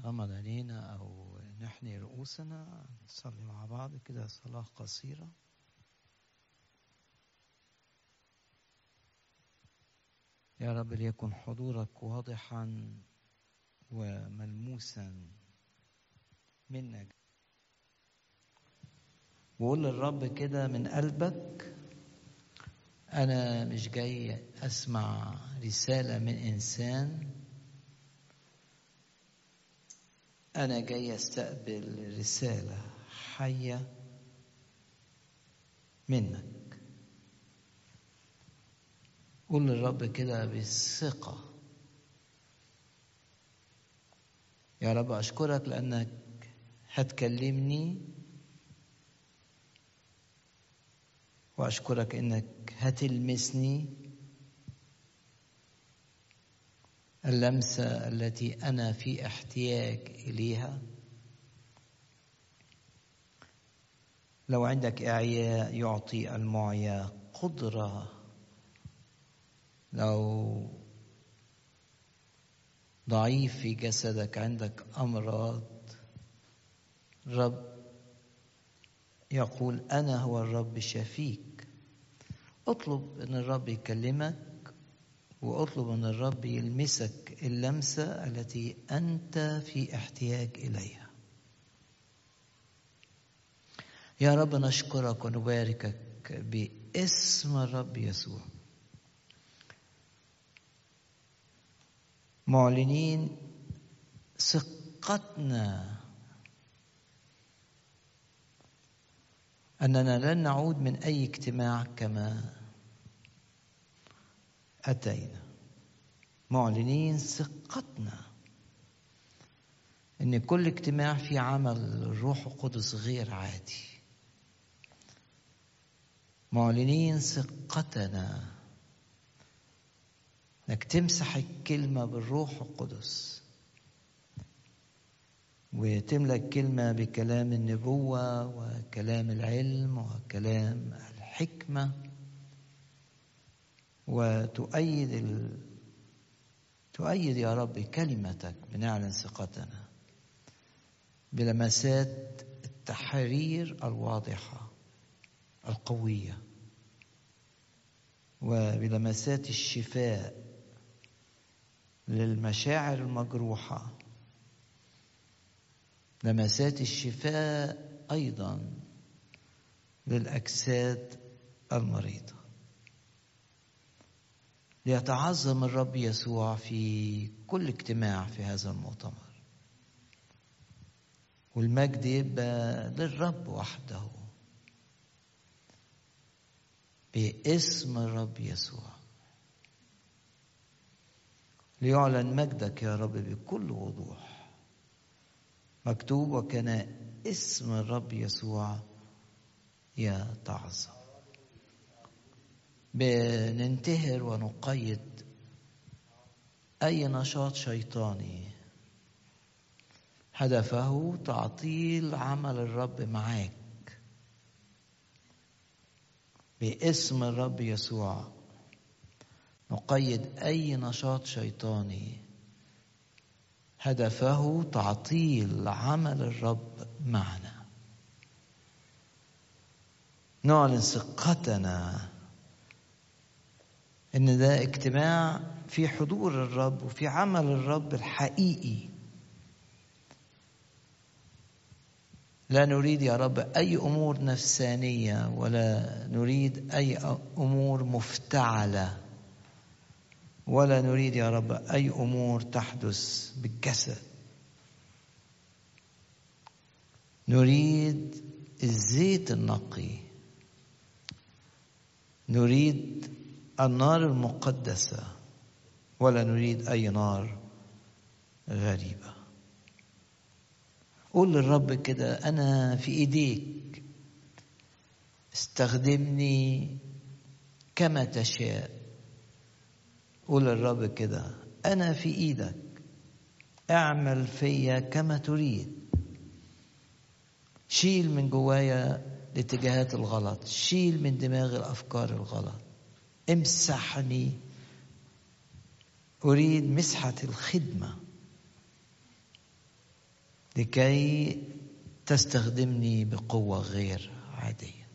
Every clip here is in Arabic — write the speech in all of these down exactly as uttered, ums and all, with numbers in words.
نغمض عينينا أو نحني رؤوسنا، نصلي مع بعض كده صلاة قصيرة. يا رب ليكن حضورك واضحا وملموسا منك، وقول للرب كده من قلبك: أنا مش جاي أسمع رسالة من إنسان، أنا جاي أستقبل رسالة حية منك. قول للرب كده بالثقة: يا رب أشكرك لأنك هتكلمني، وأشكرك إنك هتلمسني اللمسة التي أنا في احتياج إليها. لو عندك إعياء يعطي المعيا قدرة، لو ضعيف في جسدك عندك أمراض، رب يقول أنا هو الرب شفيك. اطلب أن الرب يكلمك، واطلب أن الرب يلمسك اللمسة التي أنت في احتياج إليها. يا رب نشكرك ونباركك باسم الرب يسوع، معلنين ثقتنا أننا لن نعود من أي اجتماع كما أتينا، معلنين ثقتنا أن كل اجتماع في عمل الروح القدس غير عادي، معلنين ثقتنا انك تمسح الكلمة بالروح القدس وتملى الكلمة بكلام النبوة وكلام العلم وكلام الحكمة، وتؤيد ال... تؤيد يا رب كلمتك. بنعلن ثقتنا بلمسات التحرير الواضحة القوية، وبلمسات الشفاء للمشاعر المجروحة، لمسات الشفاء أيضا للأجساد المريضة. ليتعظم الرب يسوع في كل اجتماع في هذا المؤتمر، والمجد يبقى للرب وحده باسم الرب يسوع. ليعلن مجدك يا رب بكل وضوح. مكتوب: وكان اسم الرب يسوع يتعظم. بننتهر ونقيد أي نشاط شيطاني هدفه تعطيل عمل الرب معاك باسم الرب يسوع. نقيد أي نشاط شيطاني هدفه تعطيل عمل الرب معنا. نعلن ثقتنا إن ده اجتماع في حضور الرب وفي عمل الرب الحقيقي. لا نريد يا رب أي أمور نفسانية، ولا نريد أي أمور مفتعلة، ولا نريد يا رب أي أمور تحدث بالجسد. نريد الزيت النقي، نريد النار المقدسة، ولا نريد أي نار غريبة. قول للرب كده: أنا في إيديك، استخدمني كما تشاء. قول للرب كده: أنا في إيدك، اعمل فيا كما تريد. شيل من جوايا الاتجاهات الغلط، شيل من دماغي الأفكار الغلط، امسحني. أريد مسحة الخدمة، لكي تستخدمني بقوة غير عادية.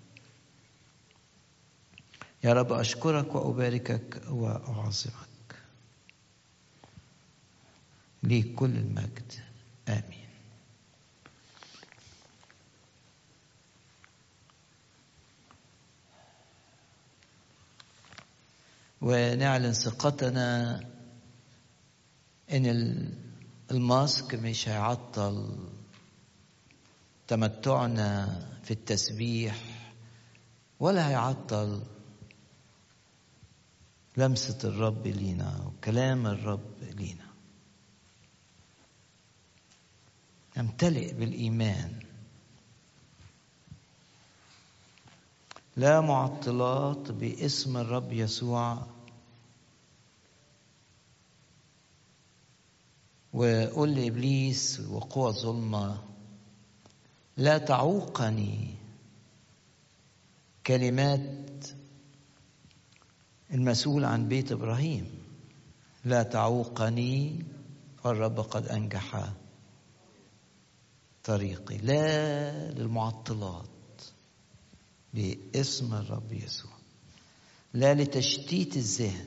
يا رب أشكرك وأباركك وأعظمك، ليك كل المجد. آمين. ونعلن ثقتنا إن الماسك مش هيعطل تمتعنا في التسبيح، ولا هيعطل لمسة الرب لينا وكلام الرب لينا. نمتلئ بالإيمان، لا معطلات باسم الرب يسوع. وقل لإبليس وقوى الظلمة لا تعوقني كلمات المسؤول عن بيت إبراهيم، لا تعوقني والرب قد أنجح طريقي. لا للمعطلات باسم الرب يسوع، لا لتشتيت الذهن،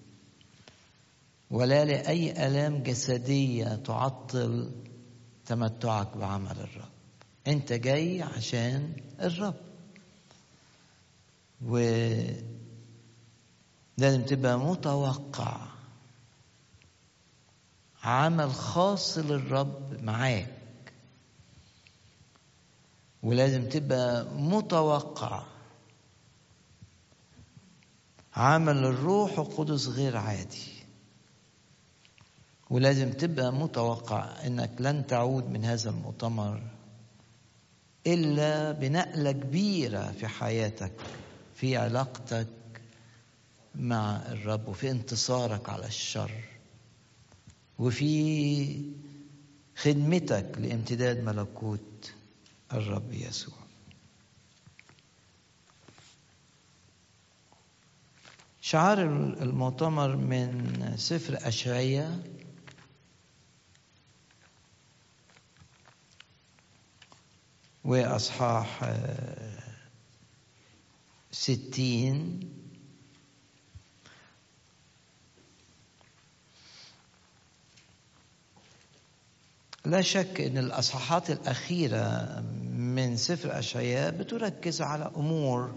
ولا لأي آلام جسدية تعطل تمتعك بعمل الرب. أنت جاي عشان الرب، ولازم تبقى متوقع عمل خاص للرب معاك، ولازم تبقى متوقع عمل الروح القدس غير عادي، ولازم تبقى متوقع انك لن تعود من هذا المؤتمر الا بنقلة كبيرة في حياتك، في علاقتك مع الرب، وفي انتصارك على الشر، وفي خدمتك لامتداد ملكوت الرب يسوع. شعار المؤتمر من سفر أشعياء وأصحاح ستين. لا شك أن الأصحاحات الأخيرة من سفر أشعياء بتركز على أمور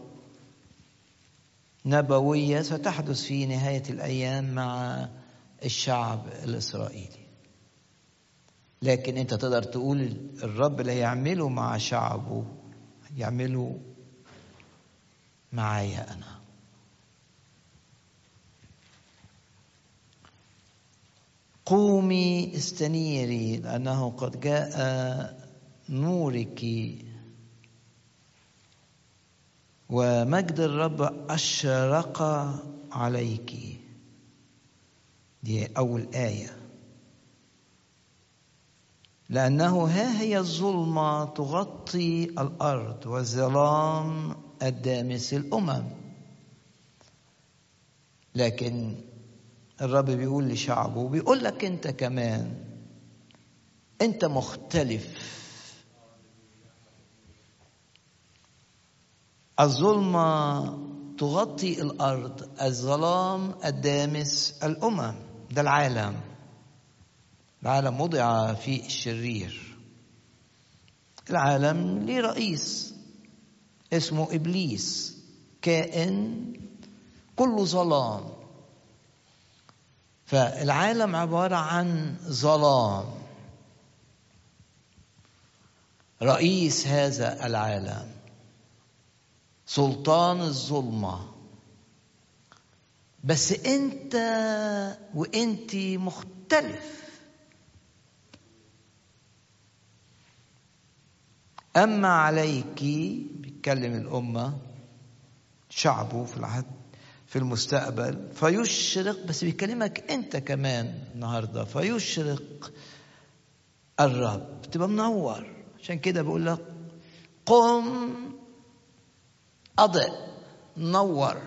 نبوية ستحدث في نهاية الأيام مع الشعب الإسرائيلي. لكن أنت تقدر تقول الرب اللي يعمله مع شعبه يعمله معايا أنا. قومي استنيري لأنه قد جاء نورك، ومجد الرب أشرق عليك. دي أول آية. لأنه ها هي الظلمة تغطي الأرض والظلام الدامس الأمم. لكن الرب بيقول لشعبه وبيقول لك أنت كمان، أنت مختلف. الظلمة تغطي الأرض، الظلام الدامس الأمم. ده العالم، العالم وضع فيه الشرير. العالم ليه رئيس اسمه إبليس، كائن كله ظلام. فالعالم عبارة عن ظلام. رئيس هذا العالم سلطان الظلمة. بس انت وانت مختلف. اما عليك، بيتكلم الامة شعبه في العهد في المستقبل، فيشرق. بس بيكلمك انت كمان النهارده، فيشرق الرب، تبقى منور. عشان كده بقول لك قم أضئ، نور.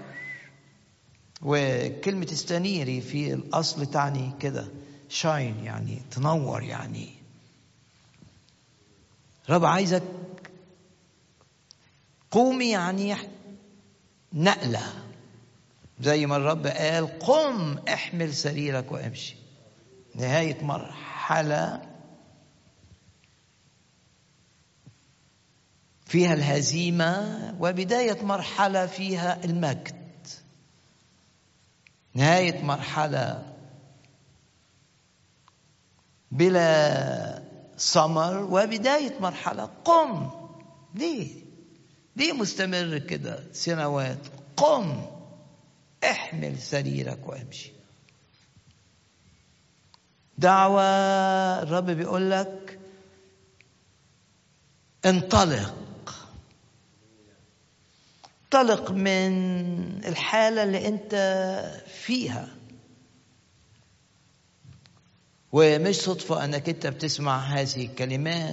وكلمة استنيري في الأصل تعني كده شاين، يعني تنور. يعني رب عايزك قومي، يعني نقلة، زي ما الرب قال قم احمل سريرك وامشي. نهاية مرحلة فيها الهزيمة وبداية مرحلة فيها المجد. نهاية مرحلة بلا ثمر وبداية مرحلة قم. ليه؟ ليه مستمر كده سنوات؟ قم احمل سريرك وامشي. دعوة الرب بيقول لك انطلق، انطلق من الحالة اللي انت فيها. ومش صدفة انك انت بتسمع هذه الكلمات،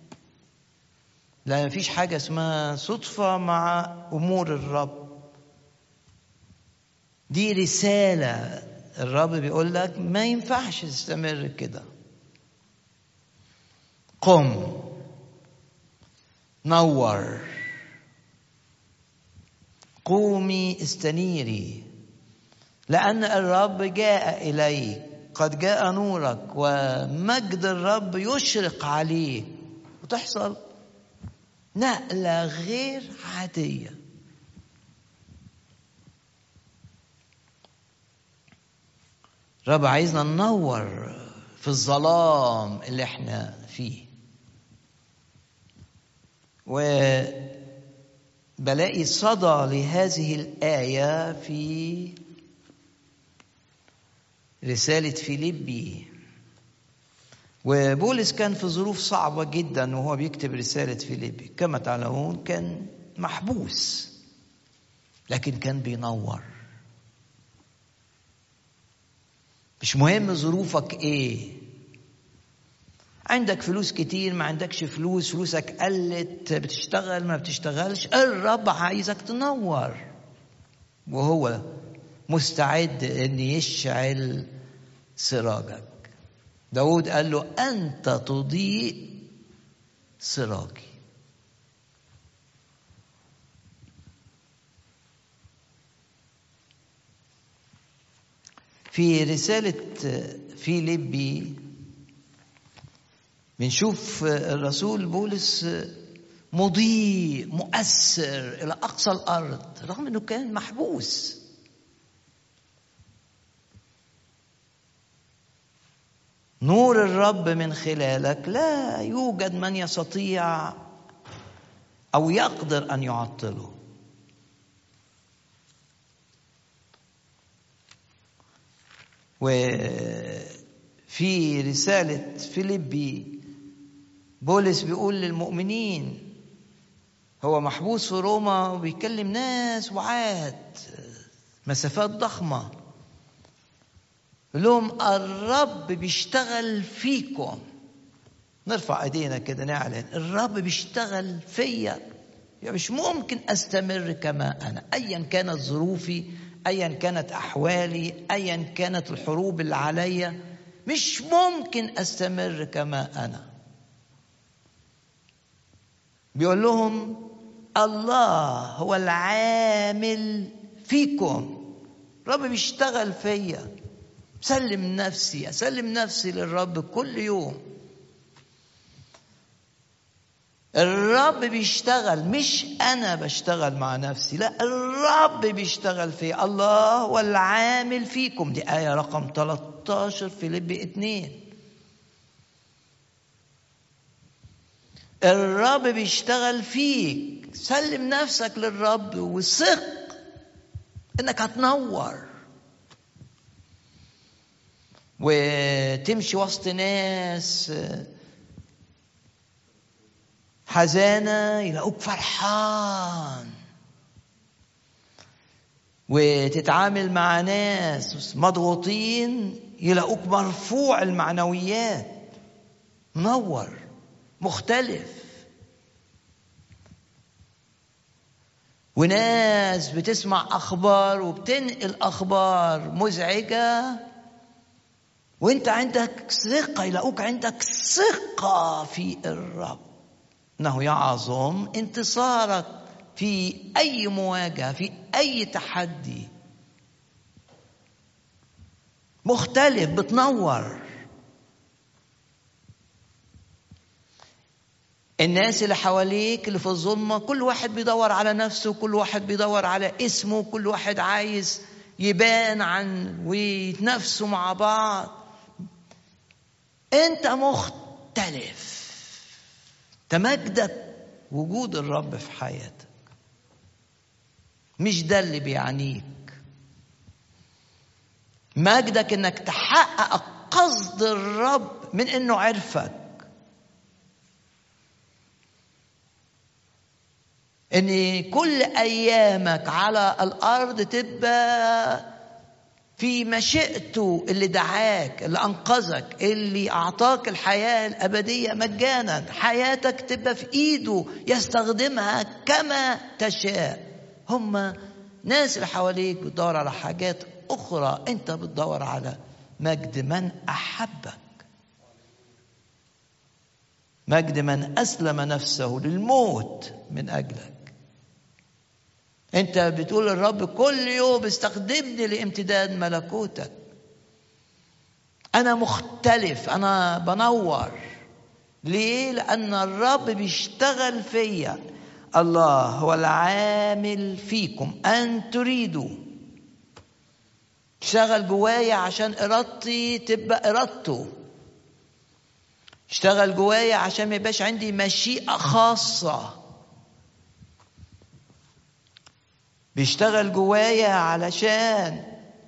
لا مفيش حاجة اسمها صدفة مع امور الرب. دي رسالة الرب بيقول لك ما ينفعش تستمر كده. قم نور، قومي استنيري، لأن الرب جاء إليك، قد جاء نورك ومجد الرب يشرق عليك، وتحصل نقلة غير عادية. الرب عايزنا ننور في الظلام اللي احنا فيه. وبلاقي صدى لهذه الآية في رسالة فيليبي. وبولس كان في ظروف صعبة جدا وهو بيكتب رسالة فيليبي. كما تعلمون كان محبوس، لكن كان بينور. مش مهم ظروفك ايه، عندك فلوس كتير ما عندكش فلوس، فلوسك قلت، بتشتغل ما بتشتغلش، الرب عايزك تنور، وهو مستعد ان يشعل سراجك. داود قال له انت تضيء سراجي. في رسالة فيليبي بنشوف الرسول بولس مضيء مؤثر إلى أقصى الأرض رغم أنه كان محبوس. نور الرب من خلالك لا يوجد من يستطيع أو يقدر أن يعطله. وفي رسالة فيليبي بولس بيقول للمؤمنين، هو محبوس في روما وبيكلم ناس وعاد مسافات ضخمة، لهم الرب بيشتغل فيكم. نرفع ايدينا كده نعلن الرب بيشتغل فيا. يعني مش ممكن استمر كما انا، ايا كانت ظروفي، ايا كانت احوالي، ايا كانت الحروب اللي عليا، مش ممكن استمر كما انا. بيقول لهم الله هو العامل فيكم، الرب بيشتغل فيا. سلم نفسي، اسلم نفسي للرب كل يوم. الرب بيشتغل، مش انا بشتغل مع نفسي، لا الرب بيشتغل فيا. الله هو العامل فيكم، دي آية رقم ثلاثة عشر في فيليبي اثنين. الرب بيشتغل فيك. سلم نفسك للرب وثق انك هتنور وتمشي وسط ناس حزانة يلاقوك فرحان، وتتعامل مع ناس مضغوطين يلاقوك مرفوع المعنويات، منور مختلف. وناس بتسمع أخبار وبتنقل أخبار مزعجة وانت عندك ثقة، يلاقوك عندك ثقة في الرب. أنه يعظم انتصارك في أي مواجهة، في أي تحدي. مختلف، بتنور. الناس اللي حواليك اللي في الظلمة كل واحد بيدور على نفسه، كل واحد بيدور على اسمه، كل واحد عايز يبان عن ويتنافسوا مع بعض. انت مختلف، تمجدك وجود الرب في حياتك، مش ده اللي بيعنيك. مجدك انك تحقق قصد الرب من انه عرفك، ان كل ايامك على الارض تبقى في مشيئته، اللي دعاك، اللي انقذك، اللي اعطاك الحياة الابدية مجانا. حياتك تبقى في ايده يستخدمها كما تشاء. هم ناس اللي حواليك بتدور على حاجات اخرى، انت بتدور على مجد من احبك، مجد من اسلم نفسه للموت من اجلك. انت بتقول للرب كل يوم استخدمني لامتداد ملكوتك. انا مختلف، انا بنور. ليه؟ لان الرب بيشتغل فيا. الله هو العامل فيكم ان تريدوا. اشتغل جوايا عشان ارادتي تبقى ارادته. اشتغل جوايا عشان ما يبقاش عندي مشيئة خاصة. بيشتغل جوايا علشان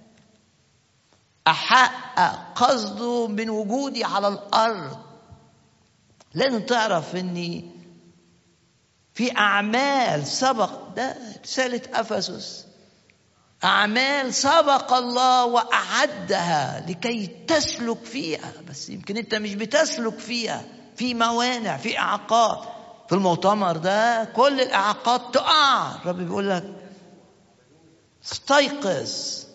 أحقق قصده من وجودي على الأرض. لازم تعرف أني في أعمال سبق، ده رسالة أفسس، أعمال سبق الله وأعدها لكي تسلك فيها. بس يمكن أنت مش بتسلك فيها، في موانع، في إعاقات. في المؤتمر ده كل الإعاقات تقع. الرب بيقول لك استيقظ،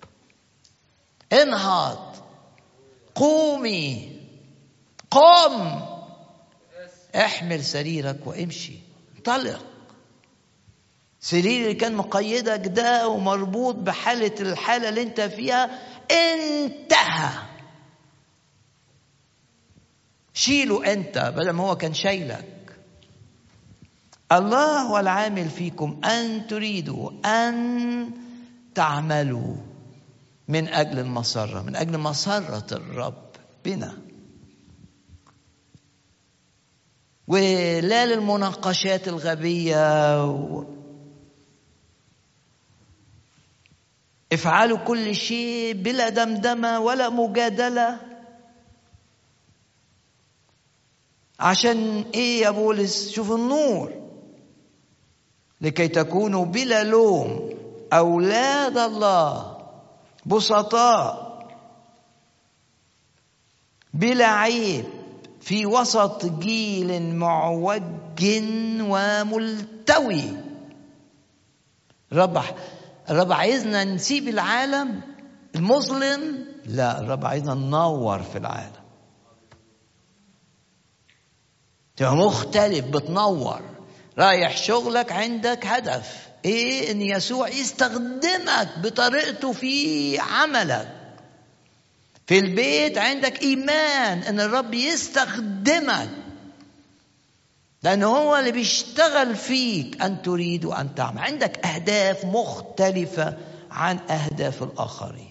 انهض، قومي، قم، احمل سريرك وامشي، انطلق. سرير اللي كان مقيدك ده ومربوط بحالة الحالة اللي انت فيها انتهى. شيله انت بدل ما هو كان شايلك. الله هو العامل فيكم أن تريدوا أن تعملوا من أجل المسرة، من أجل مسرة الرب بنا، ولا للمناقشات الغبية. افعلوا كل شيء بلا دمدمة ولا مجادلة. عشان ايه يا بولس؟ شوف النور، لكي تكونوا بلا لوم أولاد الله بسطاء بلا عيب في وسط جيل معوج وملتوي. الرب الرب عايزنا نسيب العالم المظلم؟ لا، الرب عايزنا ننور في العالم. تبقى مختلف، بتنور. رايح شغلك عندك هدف ايه؟ ان يسوع يستخدمك بطريقته في عملك. في البيت عندك ايمان ان الرب يستخدمك، لان هو اللي بيشتغل فيك ان تريد وان تعمل. عندك اهداف مختلفة عن اهداف الاخرين.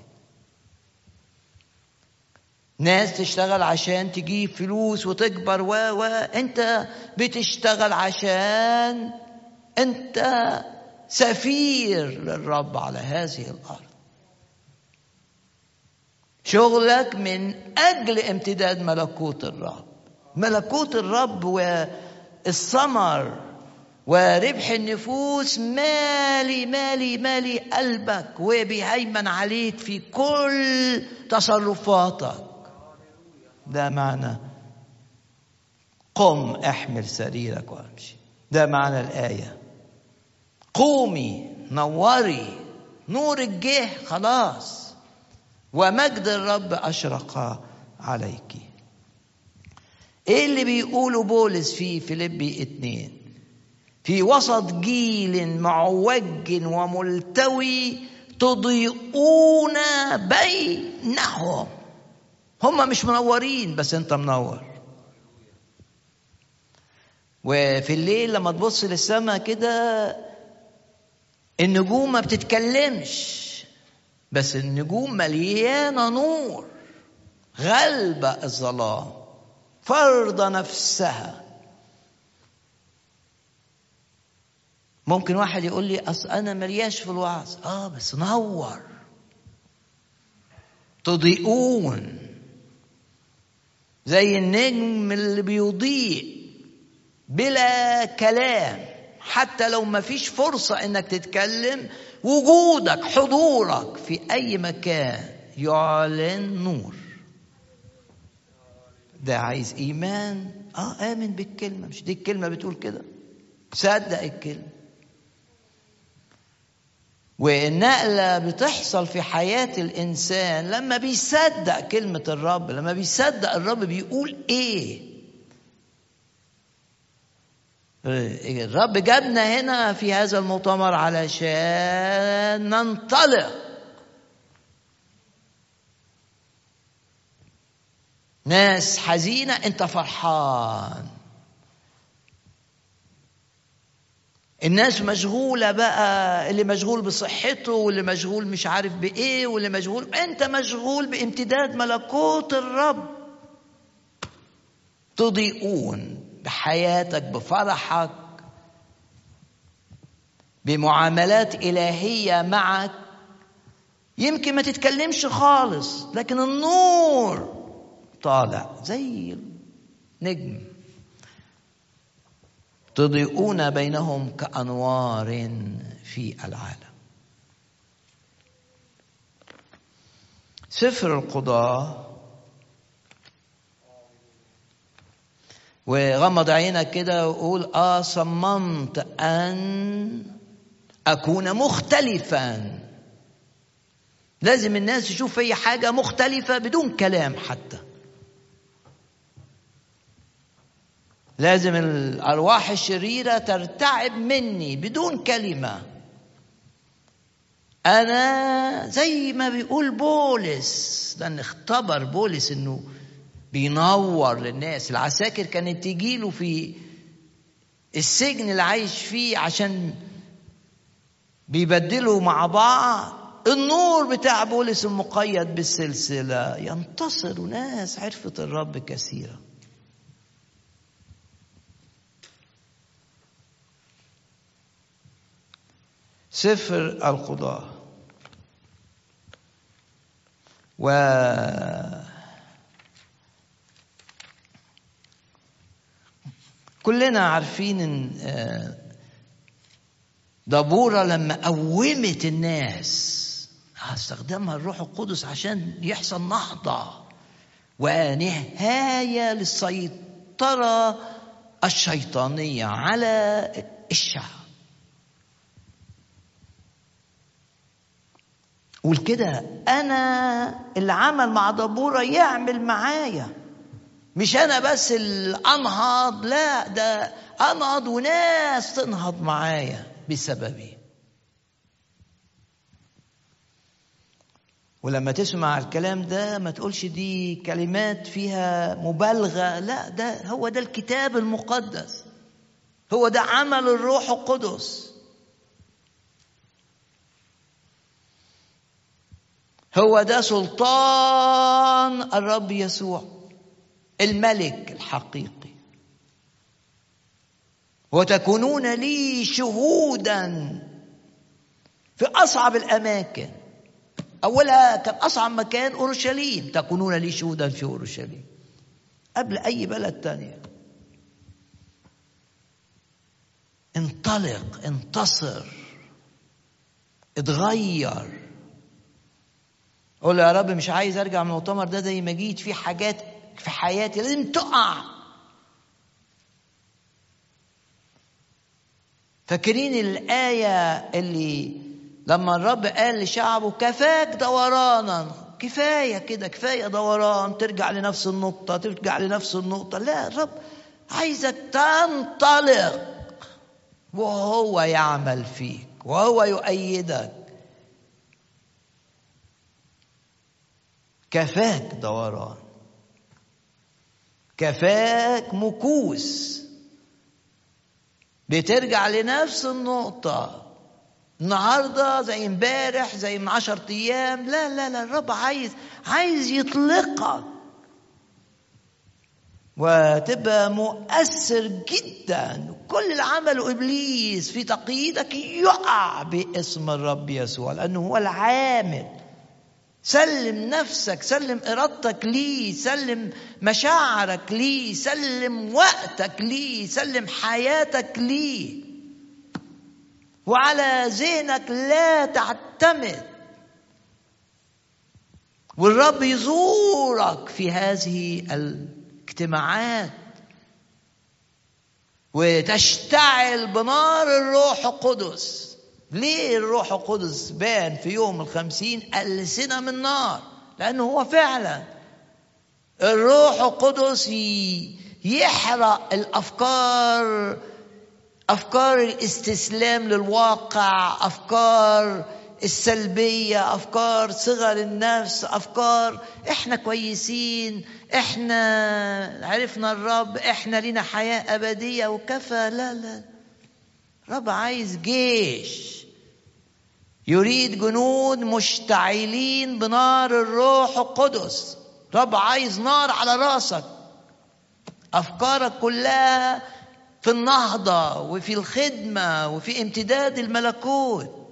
ناس تشتغل عشان تجيب فلوس وتكبر و و انت بتشتغل عشان انت سفير للرب على هذه الارض. شغلك من اجل امتداد ملكوت الرب. ملكوت الرب والثمر وربح النفوس مالي مالي مالي قلبك، وبيهيمن عليك في كل تصرفاتك. ده معنى قم احمل سريرك وامشي. ده معنى الآية. قومي، نوري، نورك جه خلاص، ومجد الرب أشرق عليك. ايه اللي بيقوله بولس في فيليبي اتنين؟ في وسط جيل معوج وملتوي تضيئون بينهم. هم مش منورين بس انت منور. وفي الليل لما تبص للسماء كده النجوم ما بتتكلمش بس النجوم مليانة نور، غلبة الظلام، فرض نفسها. ممكن واحد يقول لي أصل أنا ملياش في الوعظ. آه بس نور، تضيئون زي النجم اللي بيضيء بلا كلام. حتى لو ما فيش فرصة إنك تتكلم، وجودك حضورك في أي مكان يعلن نور. ده عايز إيمان. آه آمن بالكلمة، مش دي الكلمة بتقول كده؟ صدق الكلمة. والنقلة بتحصل في حياة الإنسان لما بيصدق كلمة الرب، لما بيصدق الرب بيقول إيه. الرب جابنا هنا في هذا المؤتمر علشان ننطلق، ناس حزينة انت فرحان، الناس مشغولة بقى، اللي مشغول بصحته واللي مشغول مش عارف بإيه واللي مشغول، انت مشغول بامتداد ملكوت الرب. تضيئون بحياتك، بفرحك، بمعاملات إلهية معك. يمكن ما تتكلمش خالص لكن النور طالع زي نجم. تضيئون بينهم كأنوار في العالم. سفر القضاء. وغمض عينك كده وقول آه صممت أن أكون مختلفا. لازم الناس تشوف في حاجة مختلفة بدون كلام حتى. لازم الأرواح الشريرة ترتعب مني بدون كلمة. أنا زي ما بيقول بولس، لأن اختبر بولس إنه بينور للناس. العساكر كانت تجيله في السجن اللي عايش فيه عشان بيبدلوا مع بعض. النور بتاع بولس المقيد بالسلسلة ينتصر ناس عرفت الرب كثيرا. سفر القضاء. و كلنا عارفين ان دبورة لما قومت الناس استخدمها الروح القدس عشان يحصل نهضة ونهاية للسيطرة الشيطانية على الشعب. قول كده أنا اللي عمل مع دبورة يعمل معايا، مش أنا بس اللي أنهض، لا ده أنهض وناس تنهض معايا بسببي. ولما تسمع الكلام ده ما تقولش دي كلمات فيها مبالغة، لا ده هو ده الكتاب المقدس، هو ده عمل الروح القدس، هو ده سلطان الرب يسوع الملك الحقيقي. وتكونون لي شهودا في أصعب الأماكن. أولها كان أصعب مكان أورشليم، تكونون لي شهودا في أورشليم قبل أي بلد تانية. انطلق، انتصر، اتغير. قول يا رب مش عايز أرجع من المؤتمر ده زي ما جيت. في حاجات في حياتي لازم تقع. فاكرين الآية اللي لما الرب قال لشعبه كفاك دورانا كفاية كده، كفاية دوران، ترجع لنفس النقطة ترجع لنفس النقطة. لا، الرب عايزك تنطلق وهو يعمل فيك وهو يؤيدك. كفاك دوران، كفاك مكوس، بترجع لنفس النقطة النهاردة زي امبارح زي من عشر ايام. لا لا لا، الرب عايز عايز يطلقك وتبقى مؤثر جدا. كل اللي عمله ابليس في تقييدك يقع باسم الرب يسوع، لانه هو العامل. سلم نفسك، سلم ارادتك ليه، سلم مشاعرك ليه، سلم وقتك ليه، سلم حياتك ليه، وعلى ذهنك لا تعتمد. والرب يزورك في هذه الاجتماعات وتشتعل بنار الروح القدس. ليه الروح القدس بان في يوم الخمسين ألسنة من نار؟ لأنه هو فعلا الروح القدس يحرق الأفكار، أفكار الاستسلام للواقع، أفكار السلبية، أفكار صغر النفس، أفكار إحنا كويسين، إحنا عرفنا الرب، إحنا لنا حياة أبدية وكفى. لا لا، رب عايز جيش، يريد جنود مشتعلين بنار الروح القدس. رب عايز نار على راسك، أفكارك كلها في النهضة وفي الخدمة وفي امتداد الملكوت.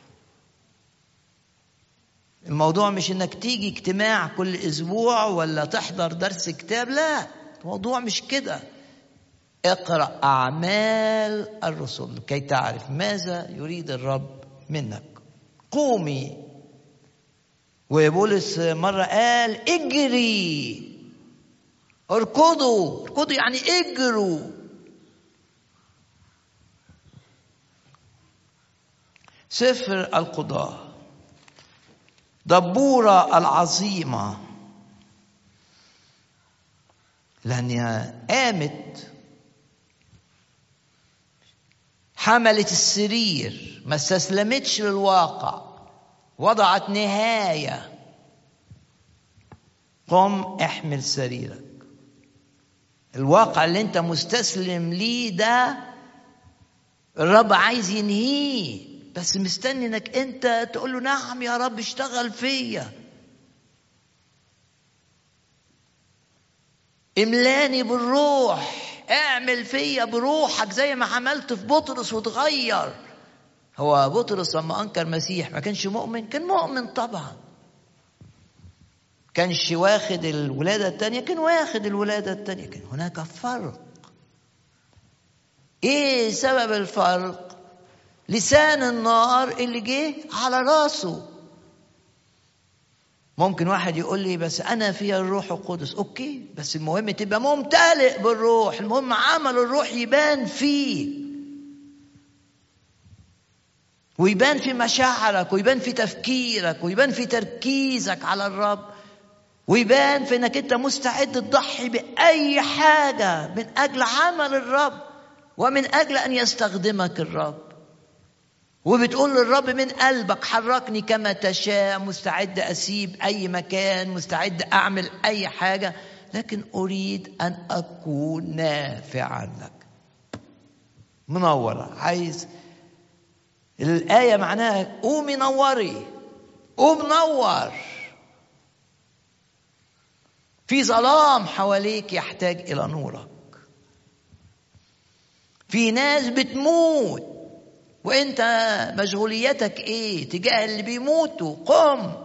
الموضوع مش انك تيجي اجتماع كل اسبوع ولا تحضر درس كتاب، لا، الموضوع مش كده. اقرأ أعمال الرسل كي تعرف ماذا يريد الرب منك. قومي. وبولس مرة قال اجري، اركضوا. اركضوا يعني اجروا. سفر القضاء، دبورة العظيمة، لأنها قامت حملت السرير، ما استسلمتش للواقع، وضعت نهاية. قم احمل سريرك. الواقع اللي انت مستسلم ليه ده الرب عايز ينهيه، بس مستني انك انت تقول له نعم يا رب اشتغل فيا، املاني بالروح، اعمل فيا بروحك زي ما عملت في بطرس وتغير. هو بطرس لما انكر مسيح ما كانش مؤمن؟ كان مؤمن طبعا. كانش واخد الولادة التانية؟ كان واخد الولادة التانية. كان هناك فرق. ايه سبب الفرق؟ لسان النار اللي جه على راسه. ممكن واحد يقول لي بس أنا فيها الروح القدس. أوكي، بس المهم تبقى ممتلئ بالروح، المهم عمل الروح يبان فيك ويبان في مشاعرك ويبان في تفكيرك ويبان في تركيزك على الرب ويبان في أنك أنت مستعد تضحي بأي حاجة من أجل عمل الرب ومن أجل أن يستخدمك الرب. وبتقول للرب من قلبك حركني كما تشاء، مستعد أسيب أي مكان، مستعد أعمل أي حاجة، لكن أريد أن أكون نافعا لك. منورة. عايز الآية معناها قومي نوري، قوم نور. في ظلام حواليك يحتاج إلى نورك. في ناس بتموت وانت مشغوليتك ايه تجاه اللي بيموتوا؟ قم.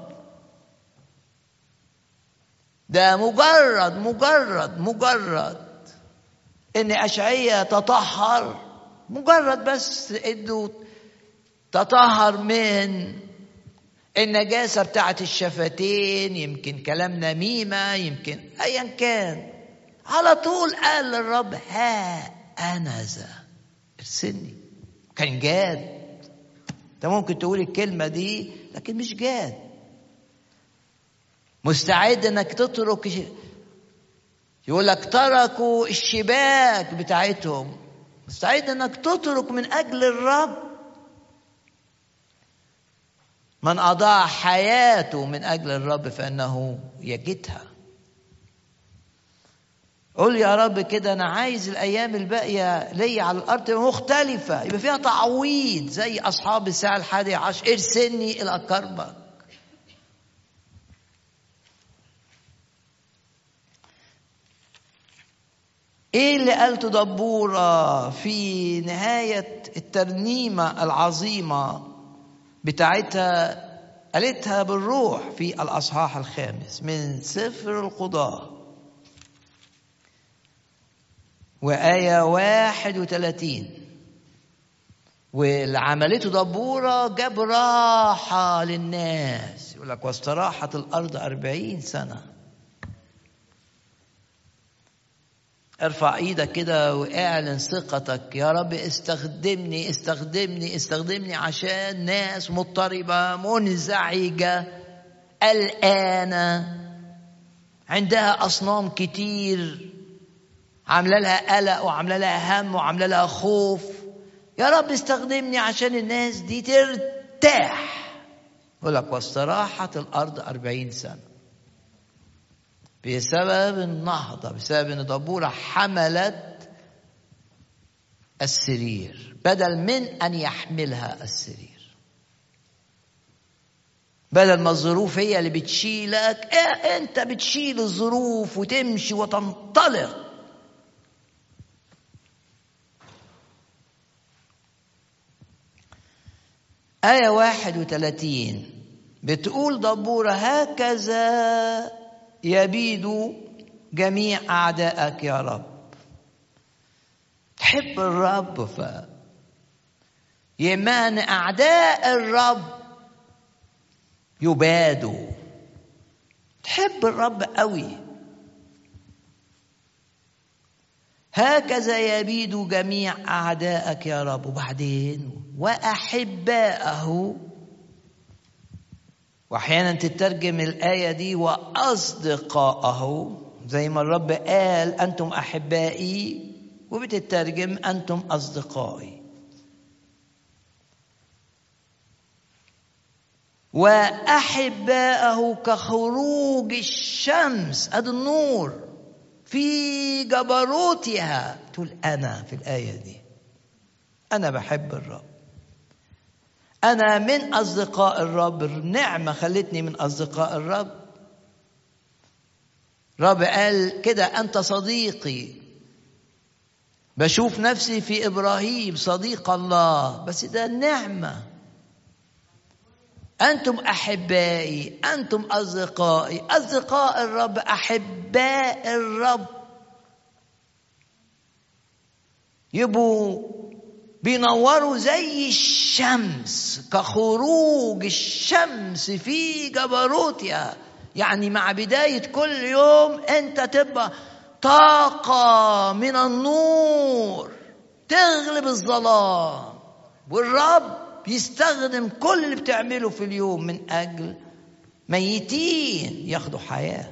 ده مجرد مجرد مجرد ان اشعياء تطهر، مجرد بس انه تطهر من النجاسة بتاعت الشفتين، يمكن كلام نميمة، يمكن ايا كان، على طول قال للرب ها انا ذا ارسلني. كان جاد. انت ممكن تقول الكلمة دي لكن مش جاد. مستعد انك تترك. يقول لك تركوا الشباك بتاعتهم. مستعد انك تترك من اجل الرب. من اضاع حياته من اجل الرب فانه يجدها. قول يا رب كده انا عايز الايام الباقيه لي على الارض مختلفه، يبقى فيها تعويض زي اصحاب الساعه الحادية عشر. ارسلني الى كربك. ايه اللي قالته دبورة في نهاية الترنيمة العظيمة بتاعتها؟ قالتها بالروح في الأصحاح الخامس من سفر القضاة وآية واحد وثلاثين. واللي عملته دبورة جاب راحة للناس. يقول لك واستراحت الأرض أربعين سنة. ارفع ايدك كده واعلن ثقتك. يا رب استخدمني استخدمني استخدمني عشان ناس مضطربة منزعجة قلقانة عندها أصنام كتير عاملة لها قلق وعاملة لها هم وعاملة لها خوف. يا رب استخدمني عشان الناس دي ترتاح. يقول لك واستراحت الأرض أربعين سنة بسبب النهضة، بسبب ان دبورة حملت السرير بدل من ان يحملها السرير. بدل ما الظروف هي اللي بتشيلك، إيه انت بتشيل الظروف وتمشي وتنطلق. آية واحد وثلاثين بتقول دبورة هكذا يبيد جميع أعدائك يا رب. تحب الرب ف يمان أعداء الرب يبادوا. تحب الرب قوي. هكذا يبيد جميع أعدائك يا رب. وبعدين وأحباءه. واحيانا تترجم الآية دي وأصدقاءه زي ما الرب قال أنتم أحبائي، وبتترجم أنتم أصدقائي. وأحباءه كخروج الشمس. أدي النور في جبروتها. تقول أنا في الآية دي أنا بحب الرب، أنا من أصدقاء الرب. النعمة خلتني من أصدقاء الرب. رب قال كده أنت صديقي. بشوف نفسي في إبراهيم صديق الله. بس ده النعمة. أنتم أحبائي، أنتم أصدقائي. أصدقاء الرب أحباء الرب يبقوا بينوروا زي الشمس كخروج الشمس في جبروتها. يعني مع بداية كل يوم أنت تبقى طاقة من النور تغلب الظلام. والرب يستخدم كل اللي بتعمله في اليوم من أجل ميتين ياخدوا حياة،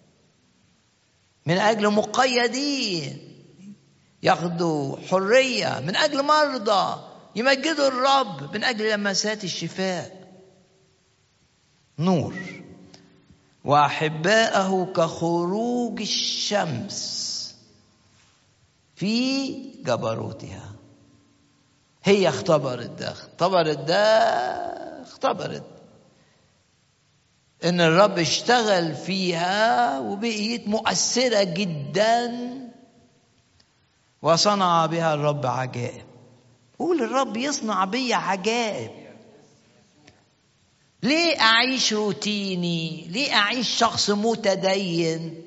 من أجل مقيدين ياخدوا حرية، من أجل مرضى يمجدوا الرب، من أجل لمسات الشفاء. نور. وأحباءه كخروج الشمس في جبروتها. هي اختبرت ده اختبرت ده اختبرت إن الرب اشتغل فيها وبقيت مؤثرة جدا وصنع بها الرب عجائب. قول الرب يصنع بي عجائب. ليه أعيش روتيني؟ ليه أعيش شخص متدين؟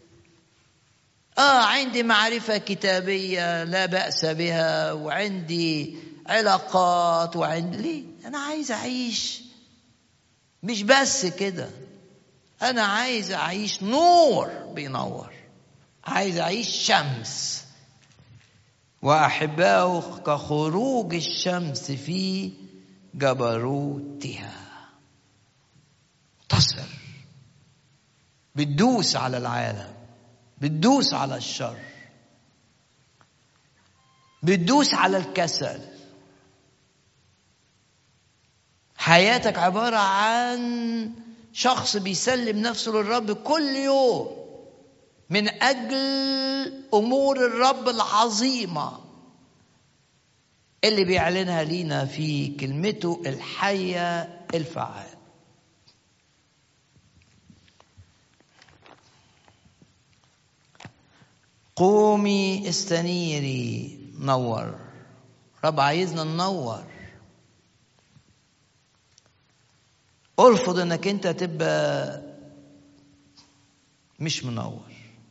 آه عندي معرفة كتابية لا بأس بها، وعندي علاقات، وعندي ليه؟ أنا عايز أعيش مش بس كده، أنا عايز أعيش نور بينور، عايز أعيش شمس. وأحباؤه كخروج الشمس في جبروتها. تصر بتدوس على العالم، بتدوس على الشر، بتدوس على الكسل. حياتك عبارة عن شخص بيسلم نفسه للرب كل يوم من أجل أمور الرب العظيمة اللي بيعلنها لينا في كلمته الحية الفعال. قومي استنيري، نور. رب عايزنا ننور. ارفض انك انت تبقى مش منور،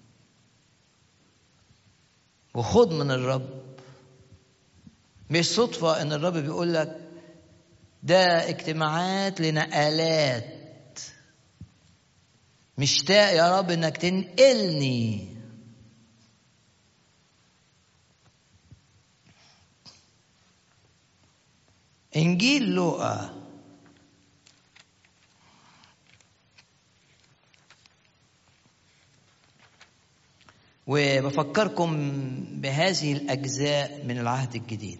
وخد من الرب. مش صدفة ان الرب بيقول لك ده اجتماعات لنقلات، مشتاق يا رب انك تنقلني. انجيل لوقا وبفكركم بهذه الأجزاء من العهد الجديد.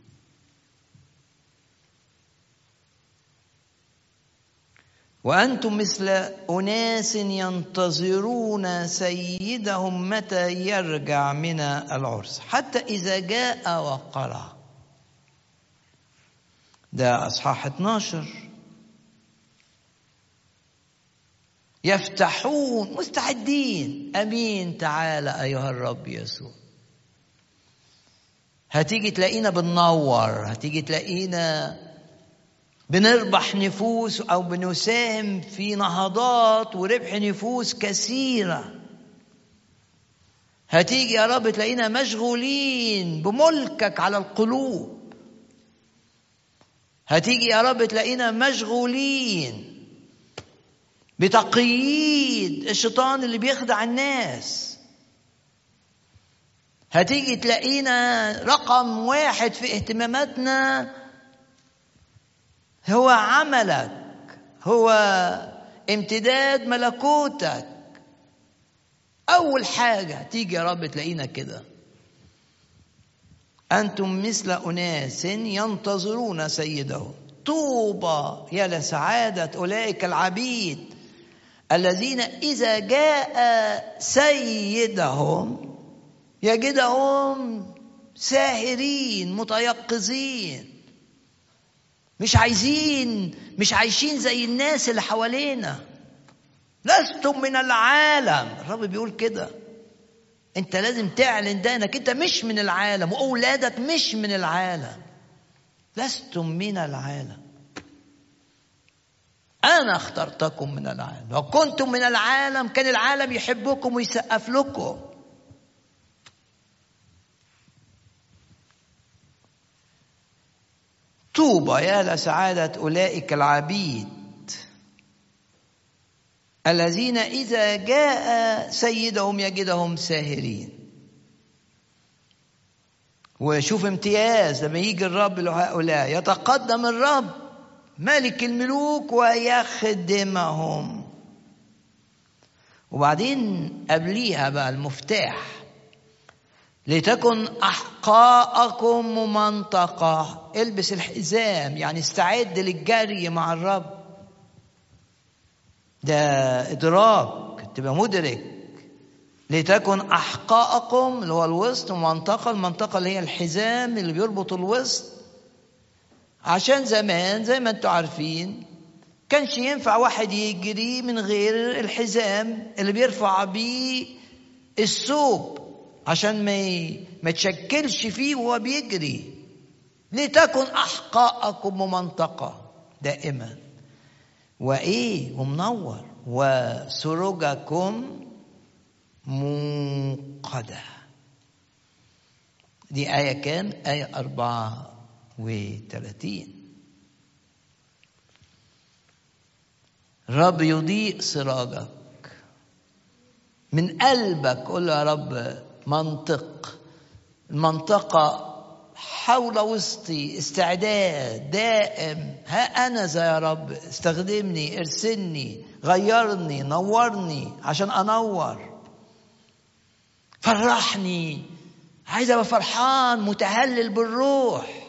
وأنتم مثل أناس ينتظرون سيدهم متى يرجع من العرس حتى إذا جاء وقرأ. ده أصحاح اتناشر. يفتحون مستعدين، أمين تعالى أيها الرب يسوع. هتيجي تلاقينا بننور، هتيجي تلاقينا بنربح نفوس أو بنساهم في نهضات وربح نفوس كثيرة. هتيجي يا رب تلاقينا مشغولين بملكك على القلوب. هتيجي يا رب تلاقينا مشغولين بتقييد الشيطان اللي بيخدع الناس. هتيجي تلاقينا رقم واحد في اهتماماتنا هو عملك، هو امتداد ملكوتك. أول حاجة تيجي يا رب تلاقينا كده. أنتم مثل أناس ينتظرون سيدهم. طوبى يا لسعادة أولئك العبيد الذين إذا جاء سيدهم يجدهم ساهرين متيقظين. مش عايزين مش عايشين زي الناس اللي حوالينا. لستم من العالم. الرب بيقول كده. انت لازم تعلن ده انك انت مش من العالم، واولادك مش من العالم. لستم من العالم، أنا اخترتكم من العالم. لو كنتم من العالم كان العالم يحبكم ويسقف لكم. طوبى يا لسعادة أولئك العبيد الذين إذا جاء سيدهم يجدهم ساهرين. وشوف امتياز لما يجي الرب لهؤلاء. يتقدم الرب ملك الملوك ويخدمهم. وبعدين قبليها بقى المفتاح. لتكن أحقاءكم ممنطقة. البس الحزام، يعني استعد للجري مع الرب. ده إدراك، تبقى مدرك. لتكن أحقاءكم اللي هو الوسط، ومنطقة المنطقة اللي هي الحزام اللي بيربط الوسط. عشان زمان زي ما انتوا عارفين كانش ينفع واحد يجري من غير الحزام اللي بيرفع بيه الثوب عشان ما ما تشكلش فيه وهو بيجري. لتكن أحقاءكم ممنطقة دائما، وإيه ومنور، وسرجكم موقدة. دي آية كام؟ آية أربعة وثلاثين. رب يضيء سراجك من قلبك. قل يا رب منطق. المنطقة حول وسطي، استعداد دائم. ها أنا ذا يا رب، استخدمني، ارسلني، غيرني، نورني عشان أنور، فرحني. عايز أبقى فرحان متهلل بالروح،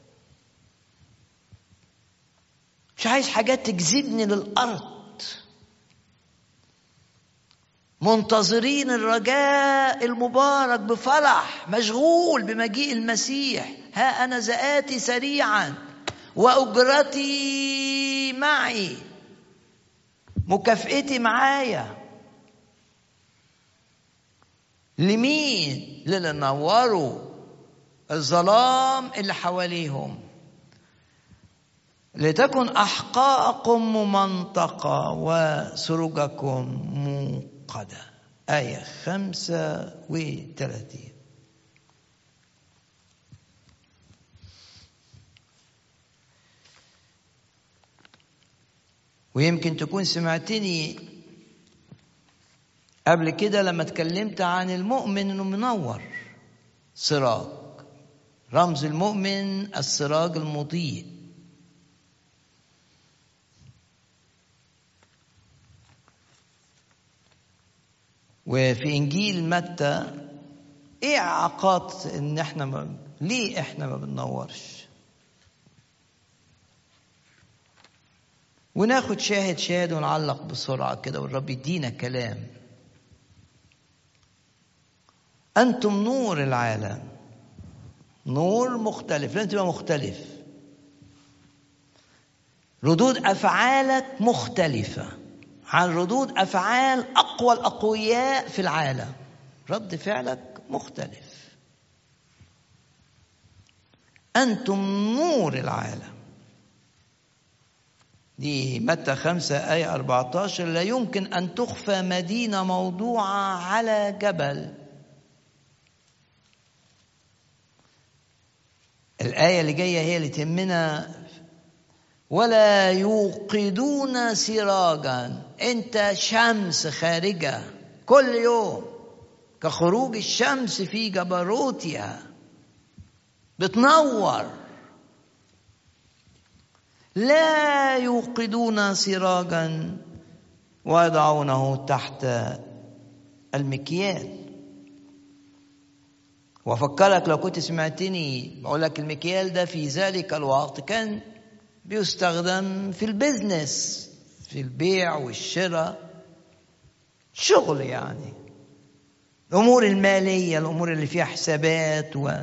مش عايز حاجات تجذبني للأرض. منتظرين الرجاء المبارك بفرح، مشغول بمجيء المسيح. ها أنا ذا آتي سريعا وأجرتي معي، مكافئتي معايا. لمين؟ للي نوروا الظلام اللي حواليهم. لتكن أحقاءكم ممنطقة وسرجكم موقدة. آية خمسة وثلاثين. ويمكن تكون سمعتني قبل كده لما اتكلمت عن المؤمن انه منور، سراج. رمز المؤمن السراج المضيء. وفي انجيل متى ايه اعاقات ان احنا ما ليه احنا ما بننورش؟ وناخد شاهد شاهد ونعلق بسرعة كده، والرب يدينا كلام. أنتم نور العالم. نور مختلف، لازم تبقى مختلف. ردود أفعالك مختلفة عن ردود أفعال أقوى الأقوياء في العالم. رد فعلك مختلف. أنتم نور العالم. دي متى خمسة آية أربعة عشر. لا يمكن أن تخفى مدينة موضوعة على جبل. الآية اللي جاية هي اللي تهمنا. ولا يوقدون سراجا. أنت شمس خارجة كل يوم كخروج الشمس في جبروتها، بتنور. لا يوقدون سراجا ويضعونه تحت المكيال. وأفكرك لو كنت سمعتني بقول لك المكيال ده في ذلك الوقت كان بيستخدم في البيزنس، في البيع والشراء، شغل يعني، الأمور المالية، الأمور اللي فيها حسابات. و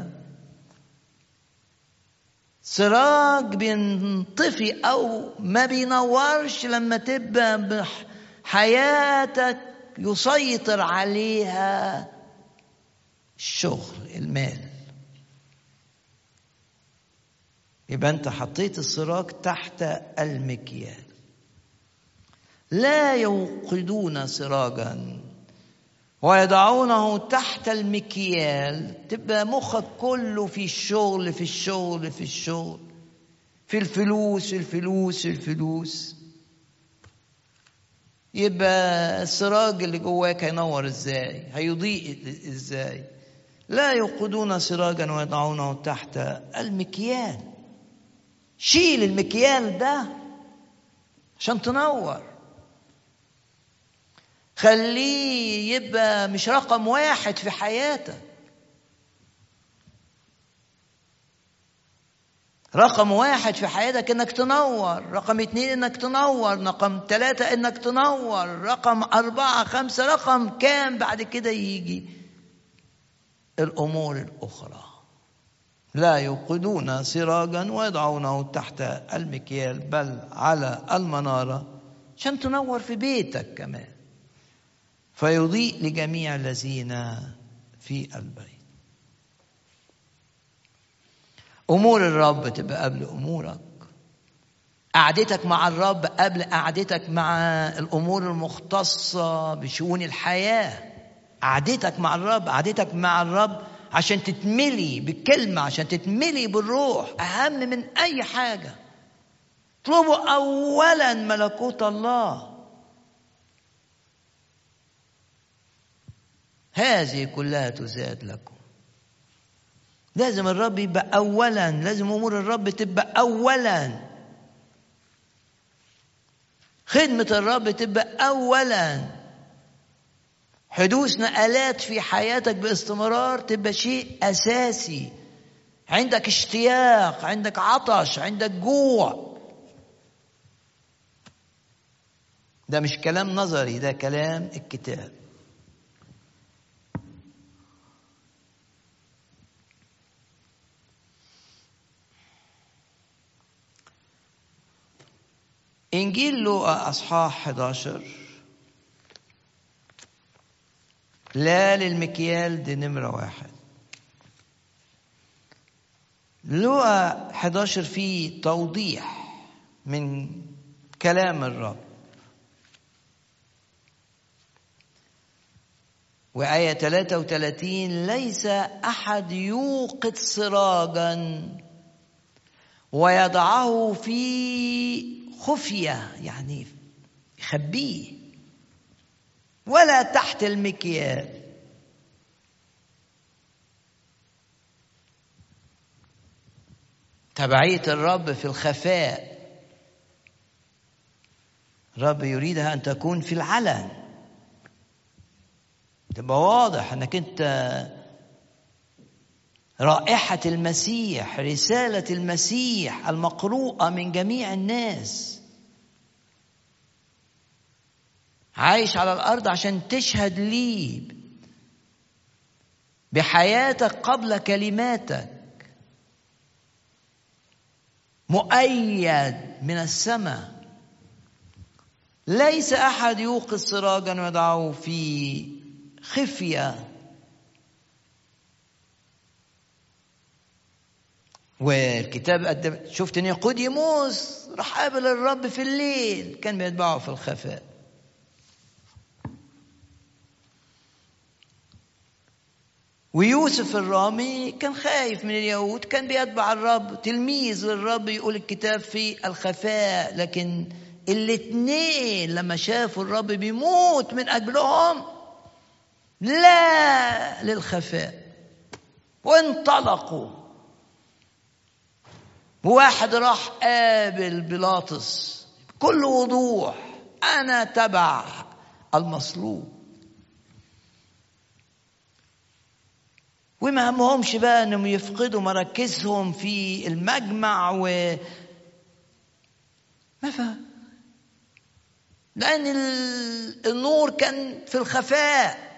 سراج بينطفي أو ما بينورش لما تبقى حياتك يسيطر عليها الشغل، المال. يبقى أنت حطيت السراج تحت المكيال. لا يوقدون سراجا ويضعونه تحت المكيال. تبقى مخك كله في الشغل في الشغل في الشغل، في الفلوس في الفلوس في الفلوس. يبقى السراج اللي جواك هينور ازاي؟ هيضيء ازاي؟ لا يوقدون سراجا ويضعونه تحت المكيال. شيل المكيال ده عشان تنور. خليه يبقى مش رقم واحد في حياتك. رقم واحد في حياتك انك تنور، رقم اتنين انك تنور، رقم ثلاثة انك تنور، رقم اربعة خمسة، رقم كام بعد كده يجي الامور الاخرى. لا يوقدون سراجا ويضعونه تحت المكيال بل على المنارة، عشان تنور في بيتك كمان، فيضيء لجميع الذين في البيت. أمور الرب تبقى قبل أمورك. قعدتك مع الرب قبل قعدتك مع الأمور المختصة بشؤون الحياة. قعدتك مع الرب، قعدتك مع الرب عشان تتملي بالكلمة، عشان تتملي بالروح، أهم من أي حاجة. اطلبوا أولا ملكوت الله، هذه كلها تزاد لكم. لازم الرب يبقى أولا، لازم أمور الرب تبقى أولا، خدمة الرب تبقى أولا، حدوث نقلات في حياتك باستمرار تبقى شيء أساسي. عندك اشتياق، عندك عطش، عندك جوع. ده مش كلام نظري، ده كلام الكتاب. إنجيل لوقا أصحاح إحدى عشر، لا للمكيال دي نمرة واحد. لوقا إحدى عشر فيه توضيح من كلام الرب. وآية ثلاثة وثلاثين: ليس أحد يوقد سراجا ويضعه في خفية، يعني يخبيه، ولا تحت المكيال. تبعية الرب في الخفاء. الرب يريدها أن تكون في العلن، تبقى واضح أنك أنت رائحة المسيح، رسالة المسيح المقروءة من جميع الناس، عايش على الأرض عشان تشهد لي بحياتك قبل كلماتك، مؤيد من السماء. ليس أحد يوقد سراجا ويضعه في خفية. والكتاب قدم، شفت نيقوديموس راح قابل الرب في الليل، كان بيتبعه في الخفاء. ويوسف الرامي كان خايف من اليهود، كان بيتبع الرب، تلميذ للرب يقول الكتاب في الخفاء. لكن الاثنين لما شافوا الرب بيموت من أجلهم، لا للخفاء، وانطلقوا. واحد راح قابل بيلاطس بكل وضوح: أنا تبع المصلوب. وما همهمش بقى انهم يفقدوا مراكزهم في المجمع و ما فهم، لأن النور كان في الخفاء.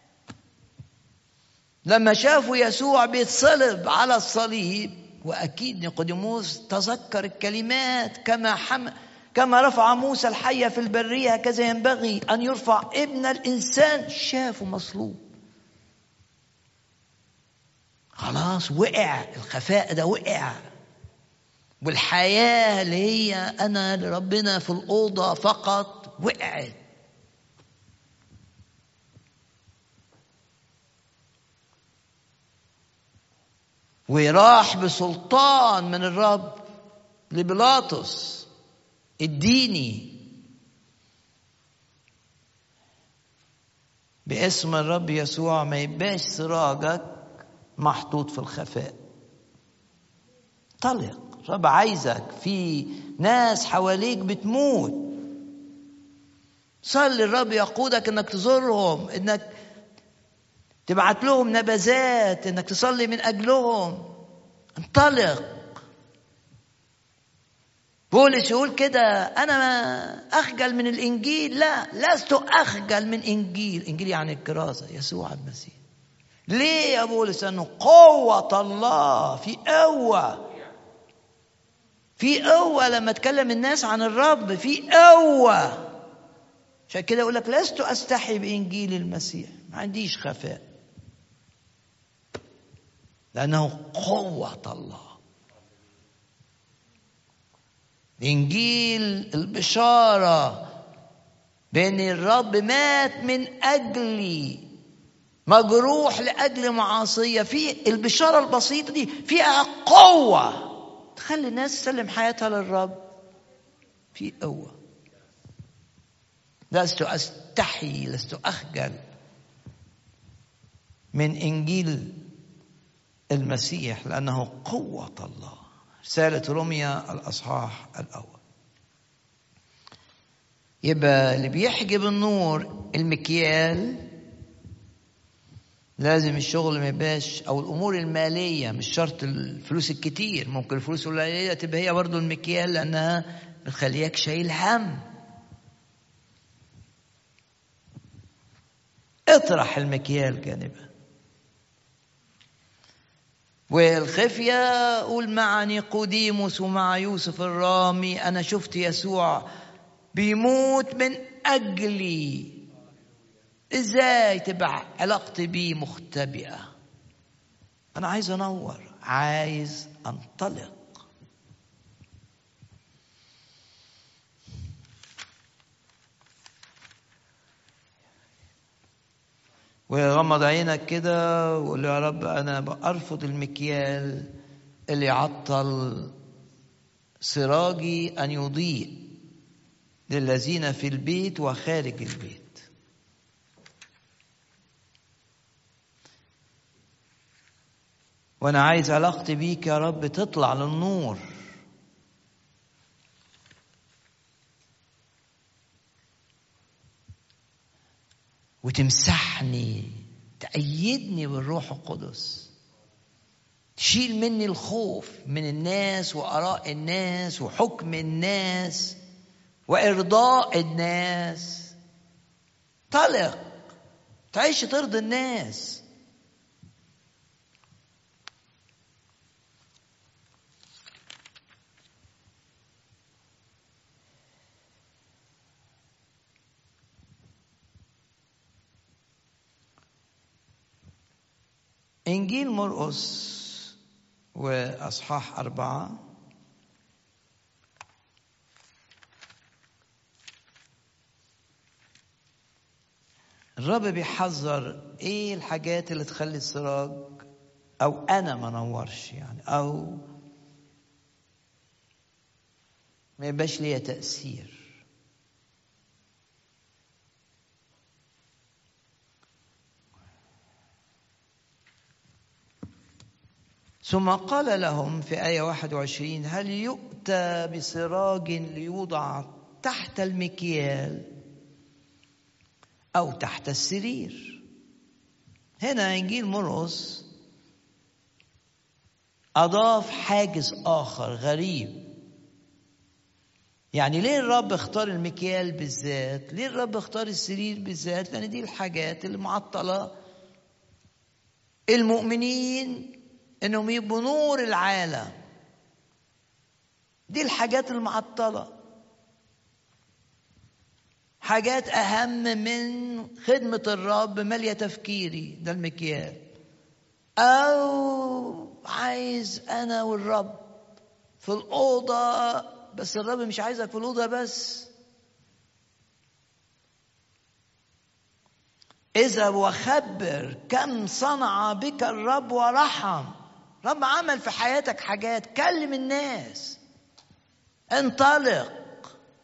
لما شافوا يسوع بيتصلب على الصليب، وأكيد نيقوديموس تذكر الكلمات: كما حم... كما رفع موسى الحية في البرية هكذا ينبغي أن يرفع ابن الإنسان. شافوا مصلوب، خلاص وقع الخفاء ده، وقع. والحياة اللي هي أنا لربنا في الأوضة فقط وقعت. وراح بسلطان من الرب لبيلاطس: اديني باسم الرب يسوع ما يبقاش سراجك محطوط في الخفاء. طلق، الرب عايزك، في ناس حواليك بتموت، صلي الرب يقودك انك تزورهم، انك تبعت لهم نبذات، انك تصلي من اجلهم. انطلق. بولس يقول كده: انا اخجل من الانجيل. لا، لست اخجل من انجيل. انجيل يعني الكرازة يسوع المسيح. ليه يا بولس؟ انه قوة الله، في قوة، في قوة لما تكلم الناس عن الرب، في قوة. عشان كده يقول لك: لست استحي بانجيل المسيح، ما عنديش خفاء، لانه قوة الله. انجيل البشارة بان الرب مات من اجلي، مجروح لاجل معاصية. في البشارة البسيطة دي فيها قوة تخلي الناس تسلم حياتها للرب، في قوة. لست أستحي، لست أخجل من إنجيل المسيح لأنه قوة الله. رسالة روميا الأصحاح الأول. يبقى اللي بيحجب النور المكيال، لازم الشغل ما يبقاش، أو الأمور المالية، مش شرط الفلوس الكتير، ممكن الفلوس القليلة تبقى هي برضو المكيال، لأنها بتخليك شايل هم. اطرح المكيال جانبا. والخفية قول مع نيقوديموس ومع يوسف الرامي، أنا شفت يسوع بيموت من أجلي، إزاي تبقى علاقتي بيه مختبئة؟ أنا عايز أنور، عايز أنطلق. وغمض عينك كده وقول يا رب أنا بأرفض المكيال اللي يعطل سراجي أن يضيء للذين في البيت وخارج البيت. وأنا عايز علاقتي بيك يا رب تطلع للنور، وتمسحني، تأيدني بالروح القدس، تشيل مني الخوف من الناس وآراء الناس وحكم الناس وإرضاء الناس. طلق، تعيش ترضي الناس. إنجيل مرقس وأصحاح أربعة. الرب بيحذر إيه الحاجات اللي تخلي السراج أو أنا ما نورش، يعني أو ما يبقاش ليا تأثير. ثم قال لهم في آية واحد وعشرين: هل يؤتى بسراج ليوضع تحت المكيال أو تحت السرير؟ هنا إنجيل مرقس أضاف حاجز آخر غريب. يعني ليه الرب اختار المكيال بالذات؟ ليه الرب اختار السرير بالذات؟ لأن دي الحاجات اللي معطلة المؤمنين إنهم يبقوا نور العالم. دي الحاجات المعطلة، حاجات أهم من خدمة الرب مالية تفكيري، ده المكيال. أو عايز أنا والرب في الأوضة، بس الرب مش عايزك في الأوضة بس. اذهب وخبر كم صنع بك الرب ورحم. رب عمل في حياتك حاجات، كلم الناس، انطلق،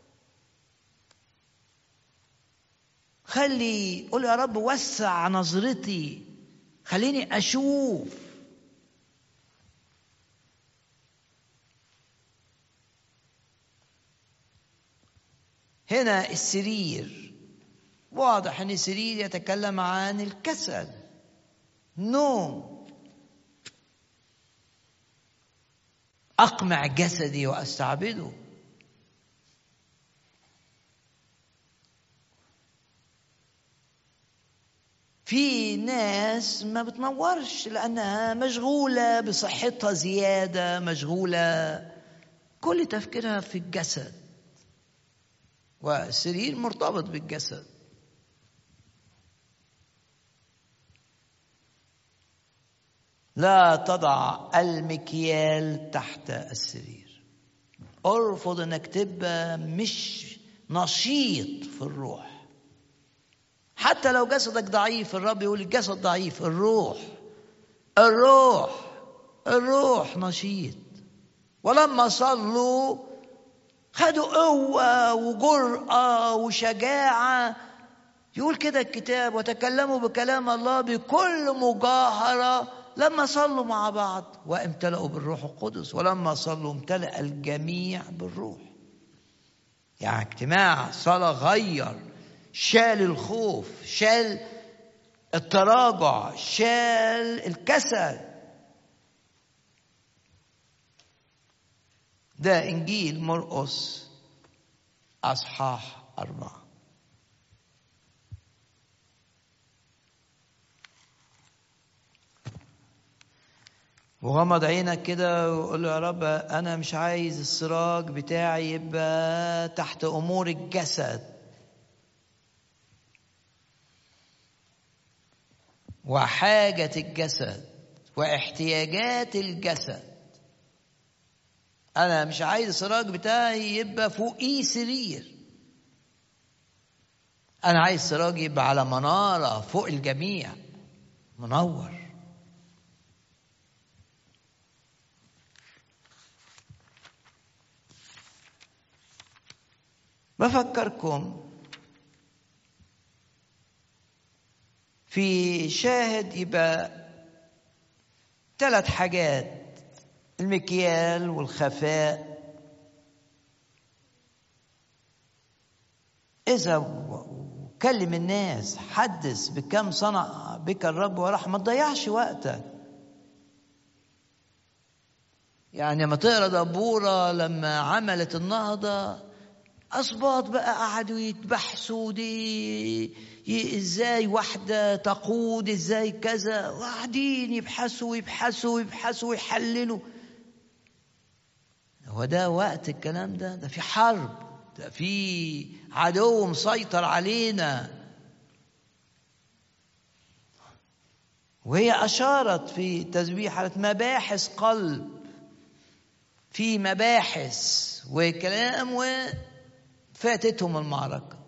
خلي، قول يا رب وسع نظرتي، خليني أشوف. هنا السرير، واضح أن السرير يتكلم عن الكسل، نوم. أقمع جسدي وأستعبده. في ناس ما بتنورش لأنها مشغولة بصحتها زيادة، مشغولة كل تفكيرها في الجسد، والسرير مرتبط بالجسد. لا تضع المكيال تحت السرير. ارفض انك تبقى مش نشيط في الروح. حتى لو جسدك ضعيف، الرب يقول الجسد ضعيف، الروح الروح الروح نشيط. ولما صلوا خدوا قوة وجرأة وشجاعة. يقول كده الكتاب: وتكلموا بكلام الله بكل مجاهرة لما صلوا مع بعض وامتلأوا بالروح القدس، ولما صلوا امتلأ الجميع بالروح. يعني اجتماع صلاة غير، شال الخوف، شال التراجع، شال الكسل. ده إنجيل مرقس أصحاح أربعة. وغمض عينك كده وقول له يا رب أنا مش عايز السراج بتاعي يبقى تحت أمور الجسد وحاجة الجسد واحتياجات الجسد. أنا مش عايز السراج بتاعي يبقى فوقيه سرير، أنا عايز السراج يبقى على منارة فوق الجميع، منور. بفكركم في شاهد يبقى ثلاث حاجات: المكيال والخفاء. إذا كلم الناس، حدث بكم صنع بك الرب وراح، ما تضيعش وقتك. يعني لما تقرا دبورة لما عملت النهضة، أصباط بقى قعدوا يتبحثوا دي ازاي واحدة تقود، ازاي كذا، وقاعدين يبحثوا ويبحثوا ويبحثوا ويحللوا. هو ده وقت الكلام ده؟ ده في حرب، ده في عدو مسيطر علينا. وهي أشارت في تسبيح مباحث قلب، في مباحث وكلام وفاتتهم المعركة.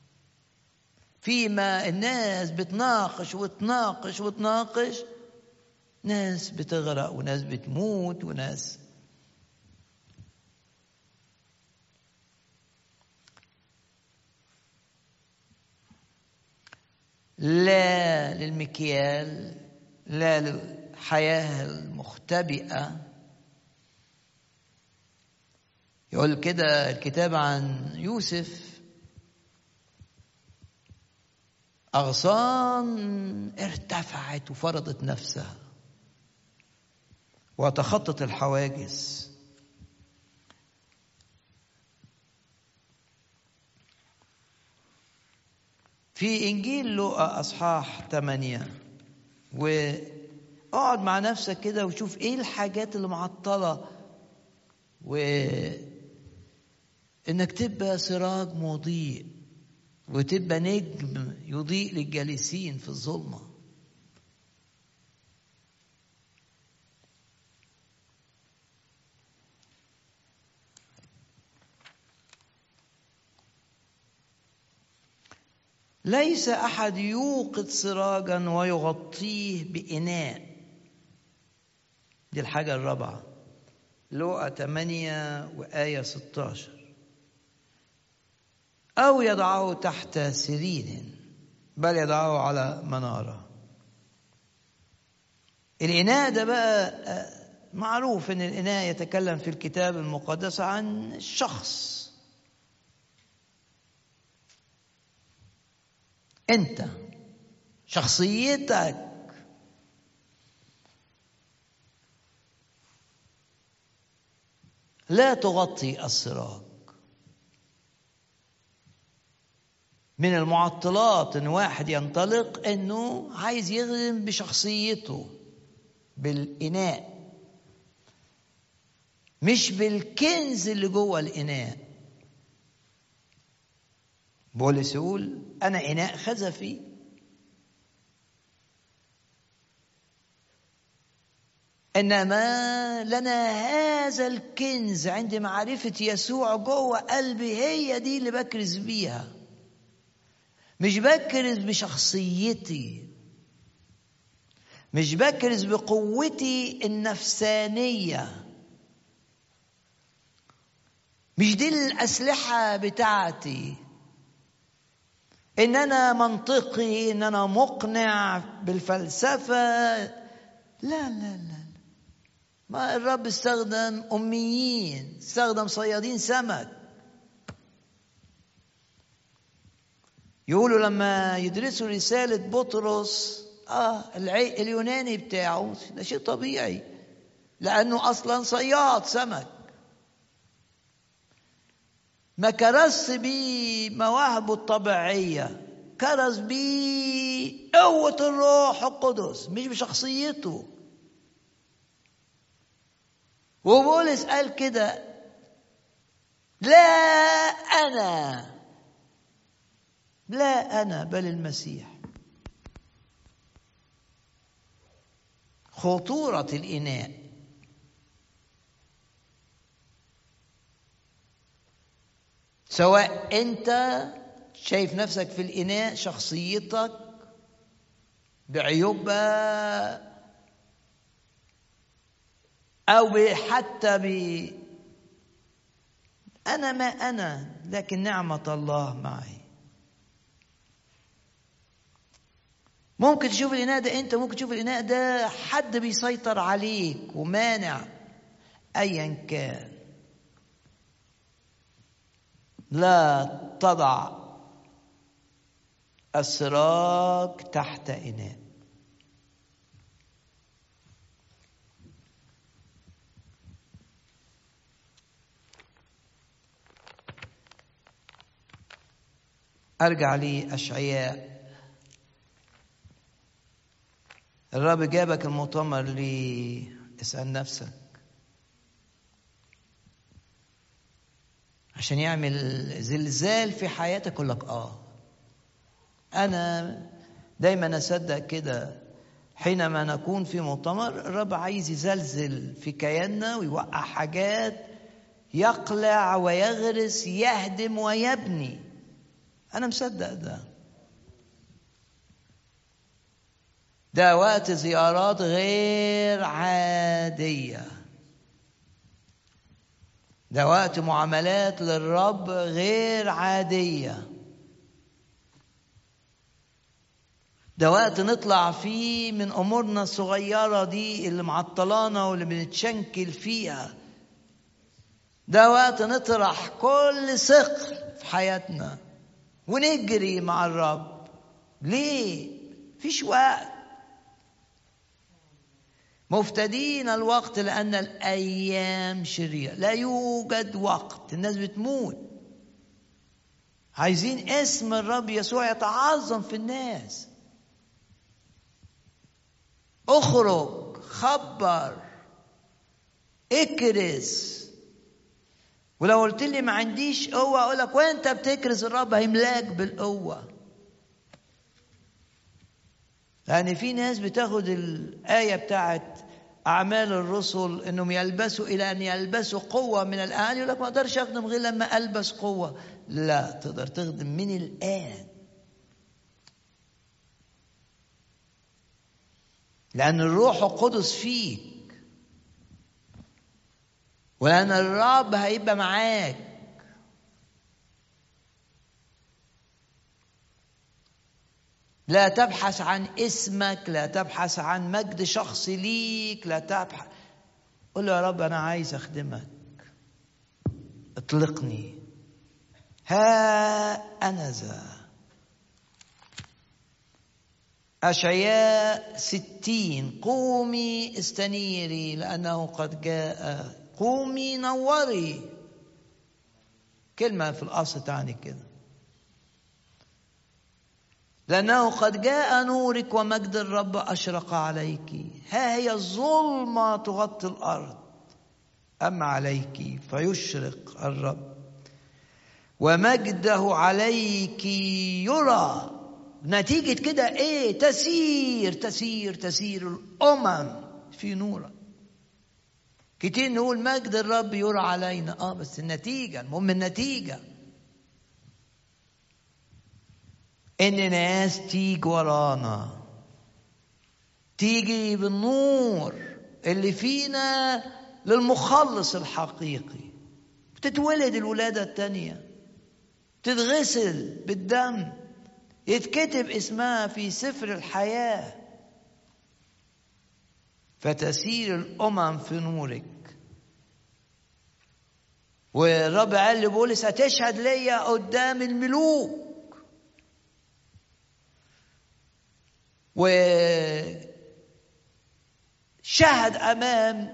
فيما الناس بتناقش وتناقش وتناقش، ناس بتغرق وناس بتموت وناس. لا للمكيال، لا للحياة المختبئة. يقول كده الكتاب عن يوسف: أغصان ارتفعت وفرضت نفسها وتخطت الحواجز. في إنجيل لوقا أصحاح ثمانية، واقعد مع نفسك كده وشوف إيه الحاجات اللي معطلة، وإنك تبقى سراج مضيء وتبقى نجم يضيء للجالسين في الظلمة. ليس أحد يوقد سراجا ويغطيه بإناء. دي الحاجة الرابعة، لوقا ثمانية وآية ستة عشر. أو يضعه تحت سرير، بل يضعه على منارة. الإناء ده بقى معروف إن الإناء يتكلم في الكتاب المقدس عن الشخص. أنت شخصيتك لا تغطي السراج. من المعطلات ان واحد ينطلق انه عايز يخدم بشخصيته، بالإناء، مش بالكنز اللي جوه الإناء. بولس يقول أنا إناء خزفي، إنما لنا هذا الكنز عند معرفة يسوع جوه قلبي. هي دي اللي بكرز بيها، مش بكرز بشخصيتي، مش بكرز بقوتي النفسانية، مش دي الأسلحة بتاعتي. إن أنا منطقي، إن أنا مقنع بالفلسفة، لا لا لا، ما الرب استخدم أميين، استخدم صيادين سمك. يقولوا لما يدرسوا رسالة بطرس آه العي اليوناني بتاعه ده شيء طبيعي، لأنه أصلا صياد سمك، ما كرس بيه مواهبه الطبيعية، كرس بيه قوة الروح القدس مش بشخصيته. وبولس قال كده: لا أنا لا أنا بل المسيح. خطورة الإناء. سواء أنت شايف نفسك في الإناء شخصيتك بعيوبها، أو حتى ب أنا ما أنا، لكن نعمة الله معي. ممكن تشوف الإناء ده أنت، ممكن تشوف الإناء ده حد بيسيطر عليك ومانع أيا كان. لا تضع السراج تحت إناء. أرجع لي أشعياء. الرب جابك المؤتمر لي، اسأل نفسك، عشان يعمل زلزال في حياتك؟ أقول لك آه أنا دايما أصدق كده، حينما نكون في مؤتمر الرب عايز يزلزل في كياننا ويوقع حاجات، يقلع ويغرس، يهدم ويبني. أنا مصدق ده. ده وقت زيارات غير عادية، ده وقت معاملات للرب غير عادية، ده وقت نطلع فيه من أمورنا الصغيرة دي اللي معطلانا واللي بنتشنكل فيها، ده وقت نطرح كل ثقل في حياتنا ونجري مع الرب. ليه؟ فيش وقت. مفتدين الوقت لأن الأيام شريرة. لا يوجد وقت، الناس بتموت. عايزين اسم الرب يسوع يتعظم في الناس. اخرج، خبر، اكرز. ولو قلت لي ما عنديش قوة، اقول لك وانت بتكرز الرب هيملاك بالقوة. يعني في ناس بتاخد الآية بتاعت أعمال الرسل إنهم يلبسوا إلى أن يلبسوا قوة من الآن، يقول لك ما أقدرش أخدم غير لما ألبس قوة. لا، تقدر تخدم من الآن، لأن الروح القدس فيك، ولأن الرب هيبقى معاك. لا تبحث عن اسمك، لا تبحث عن مجد شخصي ليك، لا تبحث. قل له يا رب أنا عايز أخدمك، اطلقني، ها أنا ذا. أشعياء ستين: قومي استنيري لأنه قد جاء. قومي نوري، كلمة في الأصل تعني كده، لأنه قد جاء نورك ومجد الرب أشرق عليك. ها هي الظلمة تغطي الأرض، أما عليك فيشرق الرب ومجده عليك يرى. نتيجة كده إيه؟ تسير تسير تسير الأمم في نورك. كتير نقول مجد الرب يرى علينا، آه بس النتيجة، المهم النتيجة إن ناس تيجي ورانا، تيجي بالنور اللي فينا للمخلص الحقيقي، بتتولد الولادة التانية، تتغسل بالدم، يتكتب اسمها في سفر الحياة. فتسير الأمم في نورك. والرب قال لبولس هتشهد ليا قدام الملوك، وشهد أمام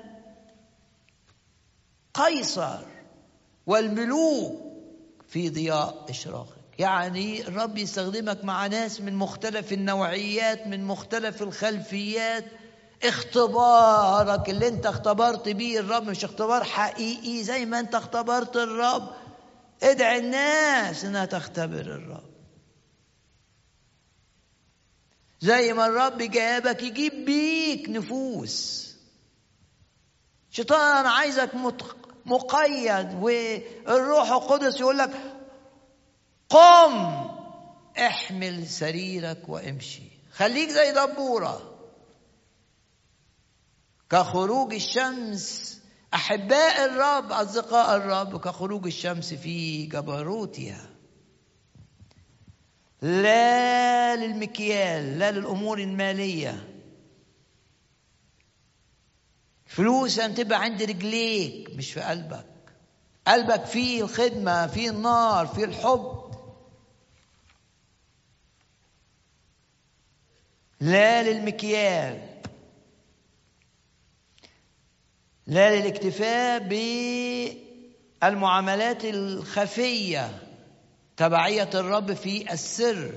قيصر والملوك في ضياء إشراقك. يعني الرب يستخدمك مع ناس من مختلف النوعيات، من مختلف الخلفيات. اختبارك اللي انت اختبرت بيه الرب مش اختبار حقيقي زي ما انت اختبرت الرب. ادعي الناس انها تختبر الرب زي ما الرب جابك، يجيب بيك نفوس. شيطان عايزك مقيد، والروح القدس يقول لك قم احمل سريرك وامشي. خليك زي دبورة كخروج الشمس. أحباء الرب أصدقاء الرب كخروج الشمس في جبروتها، لا للمكيال، لا للأمور المالية. فلوس أن تبقى عند رجليك مش في قلبك. قلبك فيه الخدمة، فيه النار، فيه الحب. لا للمكيال، لا للاكتفاء بالمعاملات الخفية. تبعية الرب في السر.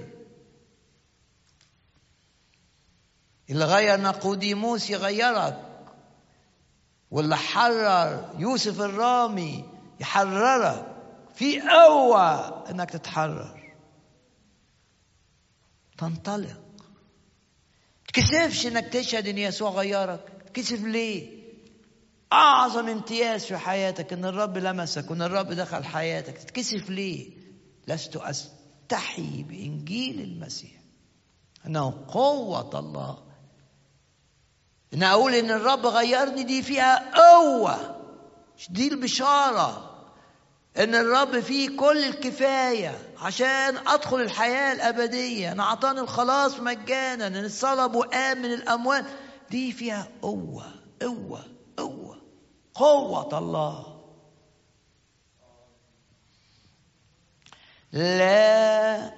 اللي غير نقوديموس يغيرك، واللي حرر يوسف الرامي يحررك. في قوة انك تتحرر، تنطلق. تكسفش انك تشهد ان يسوع غيرك. تكسف ليه؟ اعظم امتياز في حياتك ان الرب لمسك وان الرب دخل حياتك. تتكسف ليه؟ لست استحي بانجيل المسيح انه قوة الله. ان اقول ان الرب غيرني دي فيها قوة. دي البشارة ان الرب فيه كل الكفاية عشان ادخل الحياة الابدية. انا اعطاني الخلاص مجانا، ان الصلب وقام من الاموات. دي فيها قوة قوة قوة قوة الله. لا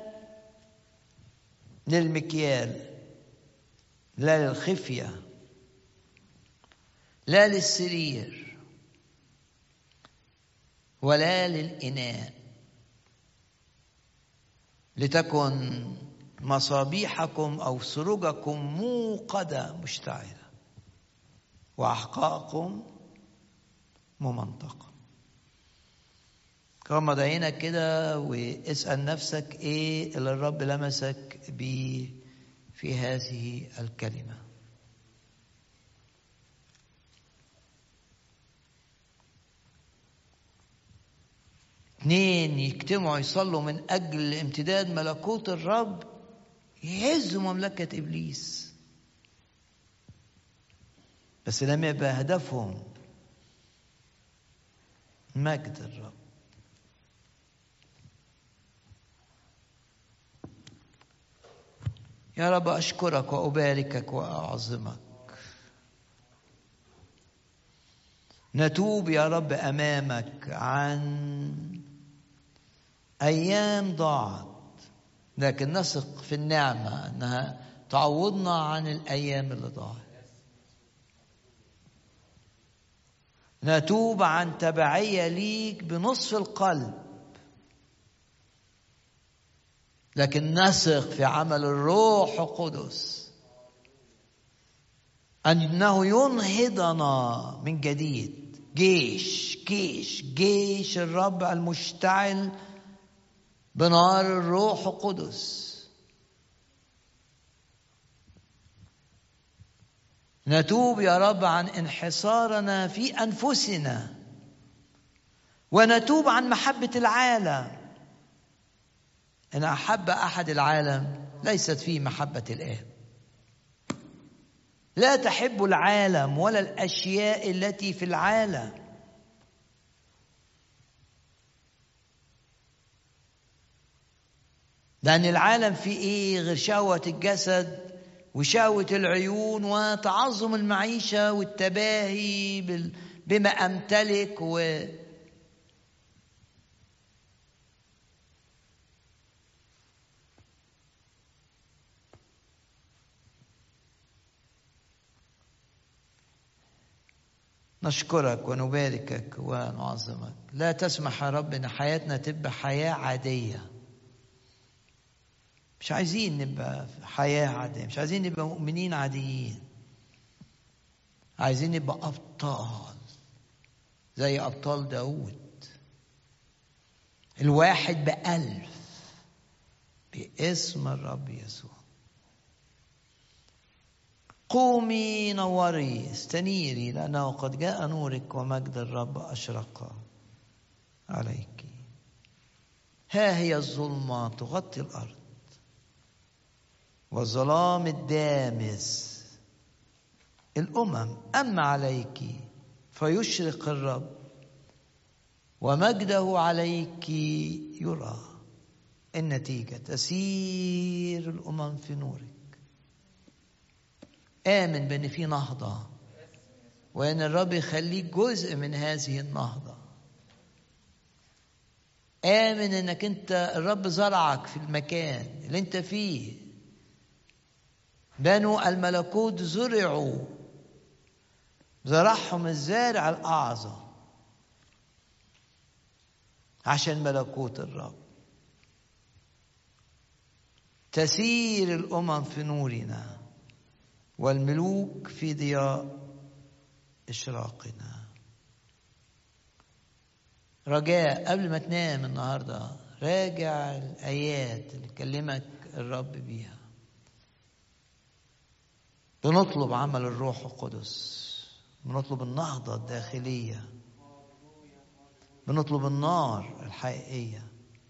للمكيال، لا للخفية، لا للسرير، ولا للإناء. لتكن مصابيحكم أو سروجكم موقدة مشتعلة وأحقاءكم ممنطقة. غمض عينك كده واسأل نفسك ايه اللي الرب لمسك بيه في هذه الكلمة. اثنين يجتمعوا يصلوا من أجل امتداد ملكوت الرب، يهزوا مملكة إبليس. بس لما يبقى هدفهم مجد الرب. يا رب أشكرك وأباركك وأعظمك. نتوب يا رب أمامك عن أيام ضاعت، لكن نثق في النعمة أنها تعوضنا عن الأيام اللي ضاعت. نتوب عن تبعية ليك بنصف القلب، لكن نثق في عمل الروح القدس أنه ينهضنا من جديد. جيش جيش جيش الرب المشتعل بنار الروح القدس. نتوب يا رب عن انحصارنا في أنفسنا، ونتوب عن محبة العالم. إن أحب أحد العالم ليست فيه محبة الآب. لا تحب العالم ولا الأشياء التي في العالم. لأن العالم فيه إيه غير شهوة الجسد وشهوة العيون وتعظم المعيشة والتباهي بما أمتلك و نشكرك ونباركك ونعظمك. لا تسمح يا رب ان حياتنا تبقى حياة عادية. مش عايزين نبقى في حياة عادية، مش عايزين نبقى مؤمنين عاديين، عايزين نبقى أبطال زي أبطال داود، الواحد بألف باسم الرب يسوع. قومي نوري استنيري لأنه قد جاء نورك ومجد الرب أشرق عليك. ها هي الظلمة تغطي الأرض والظلام الدامس الأمم، أما عليك فيشرق الرب ومجده عليك يرى. النتيجة تسير الأمم في نورك. آمن بأن في نهضة وأن الرب يخليك جزء من هذه النهضة. آمن أنك أنت الرب زرعك في المكان اللي أنت فيه. بنو الملكوت زرعوا، زرعهم الزارع الأعظم عشان ملكوت الرب. تسير الأمم في نورنا والملوك في ضياء إشراقنا. رجاء قبل ما تنام النهاردة راجع الآيات اللي كلمك الرب بيها. بنطلب عمل الروح القدس، بنطلب النهضة الداخلية، بنطلب النار الحقيقية.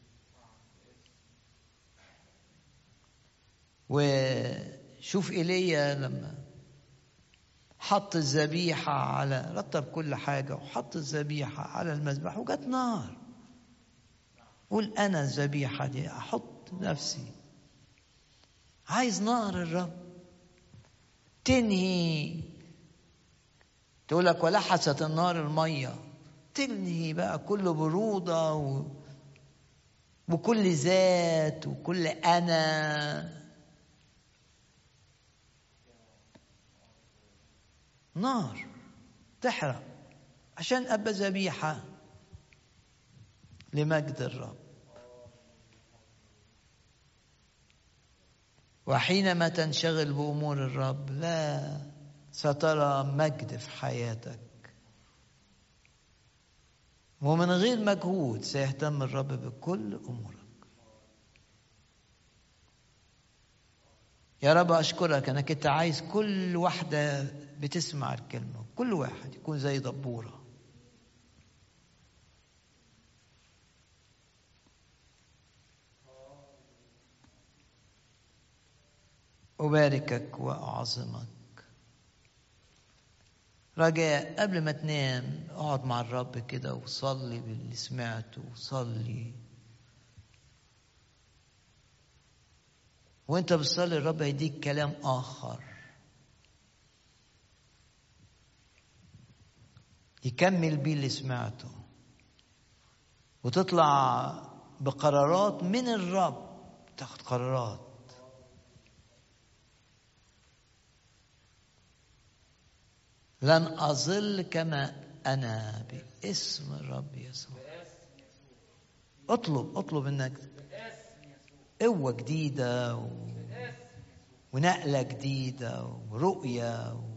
وشوف إيليا لما حط الذبيحة على، رتب كل حاجة وحط الذبيحة على المذبح وجت نار. قول أنا الذبيحة دي، أحط نفسي. عايز نار الرب تنهي. تقول لك ولحست النار المية، تنهي بقى كل برودة و... وكل ذات وكل أنا. نار تحرق عشان أبقى ذبيحة لمجد الرب. وحينما تنشغل بأمور الرب لا سترى مجد في حياتك، ومن غير مجهود سيهتم الرب بكل أمورك. يا رب أشكرك أنك أنت عايز كل واحدة بتسمع الكلمة، كل واحد يكون زي دبورة. أباركك وأعظمك. رجاء قبل ما تنام اقعد مع الرب كده وصلي باللي سمعته، وصلي وانت بتصلي الرب هيديك كلام آخر يكمل بيه اللي سمعته، وتطلع بقرارات من الرب. تاخد قرارات. لن أظل كما أنا باسم الرب يسوع. اطلب اطلب انك قوة جديدة و... ونقلة جديدة ورؤية و...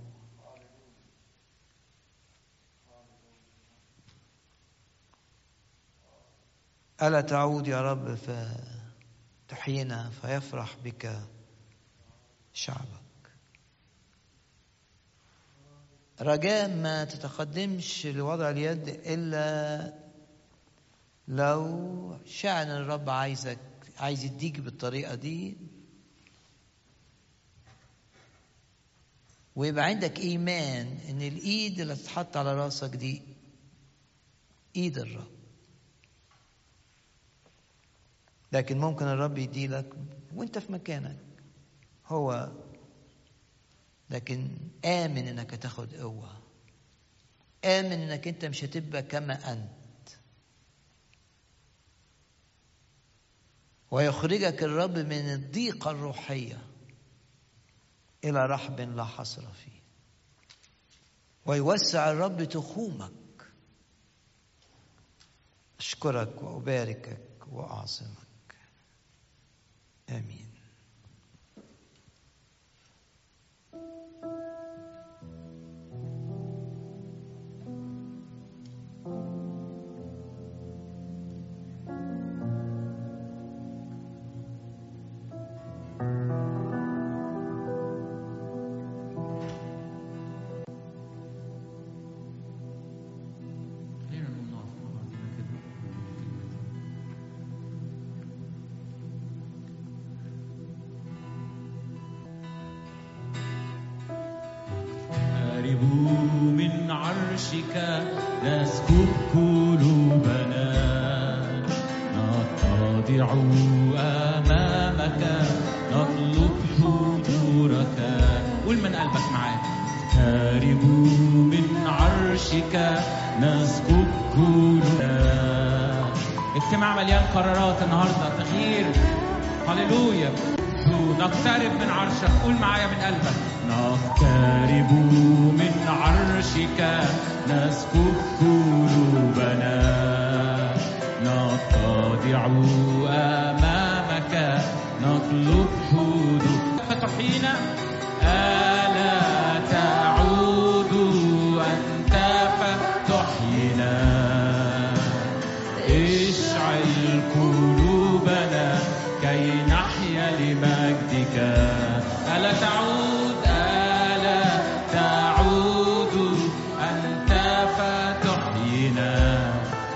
ألا تعود يا رب فتحيينا فيفرح بك شعبك. رجاء ما تتقدمش لوضع اليد إلا لو شعر الرب عايزك، عايز يديك بالطريقة دي، ويبقى عندك إيمان إن الإيد اللي تتحط على راسك دي إيد الرب. لكن ممكن الرب يديلك وانت في مكانك. هو لكن آمن إنك هتاخد قوة، آمن إنك أنت مش هتبقى كما أنت، ويخرجك الرب من الضيقة الروحية إلى رحب لا حصر فيه، ويوسع الرب تخومك. أشكرك وأباركك وأعظمك. آمين. من عرشك نسكب قلوبنا، نتضع أمامك نطلب حضورك. قول من قلبك معاك. هارب من عرشك نسكب قلوبنا. اجتماع مليان قرارات النهارده، تغيير. هللويا. نقترب من عرشك. قول معايا من قلبك. نقترب من عرشك نسكب قلوبنا، نتضع أمامك نطلب حضورك. فتحينا ألا تعود أنت فتحينا، اشعل قلوبنا كي نحيا لمجدك. ألا تعود ألا تعود أنت فتحينا،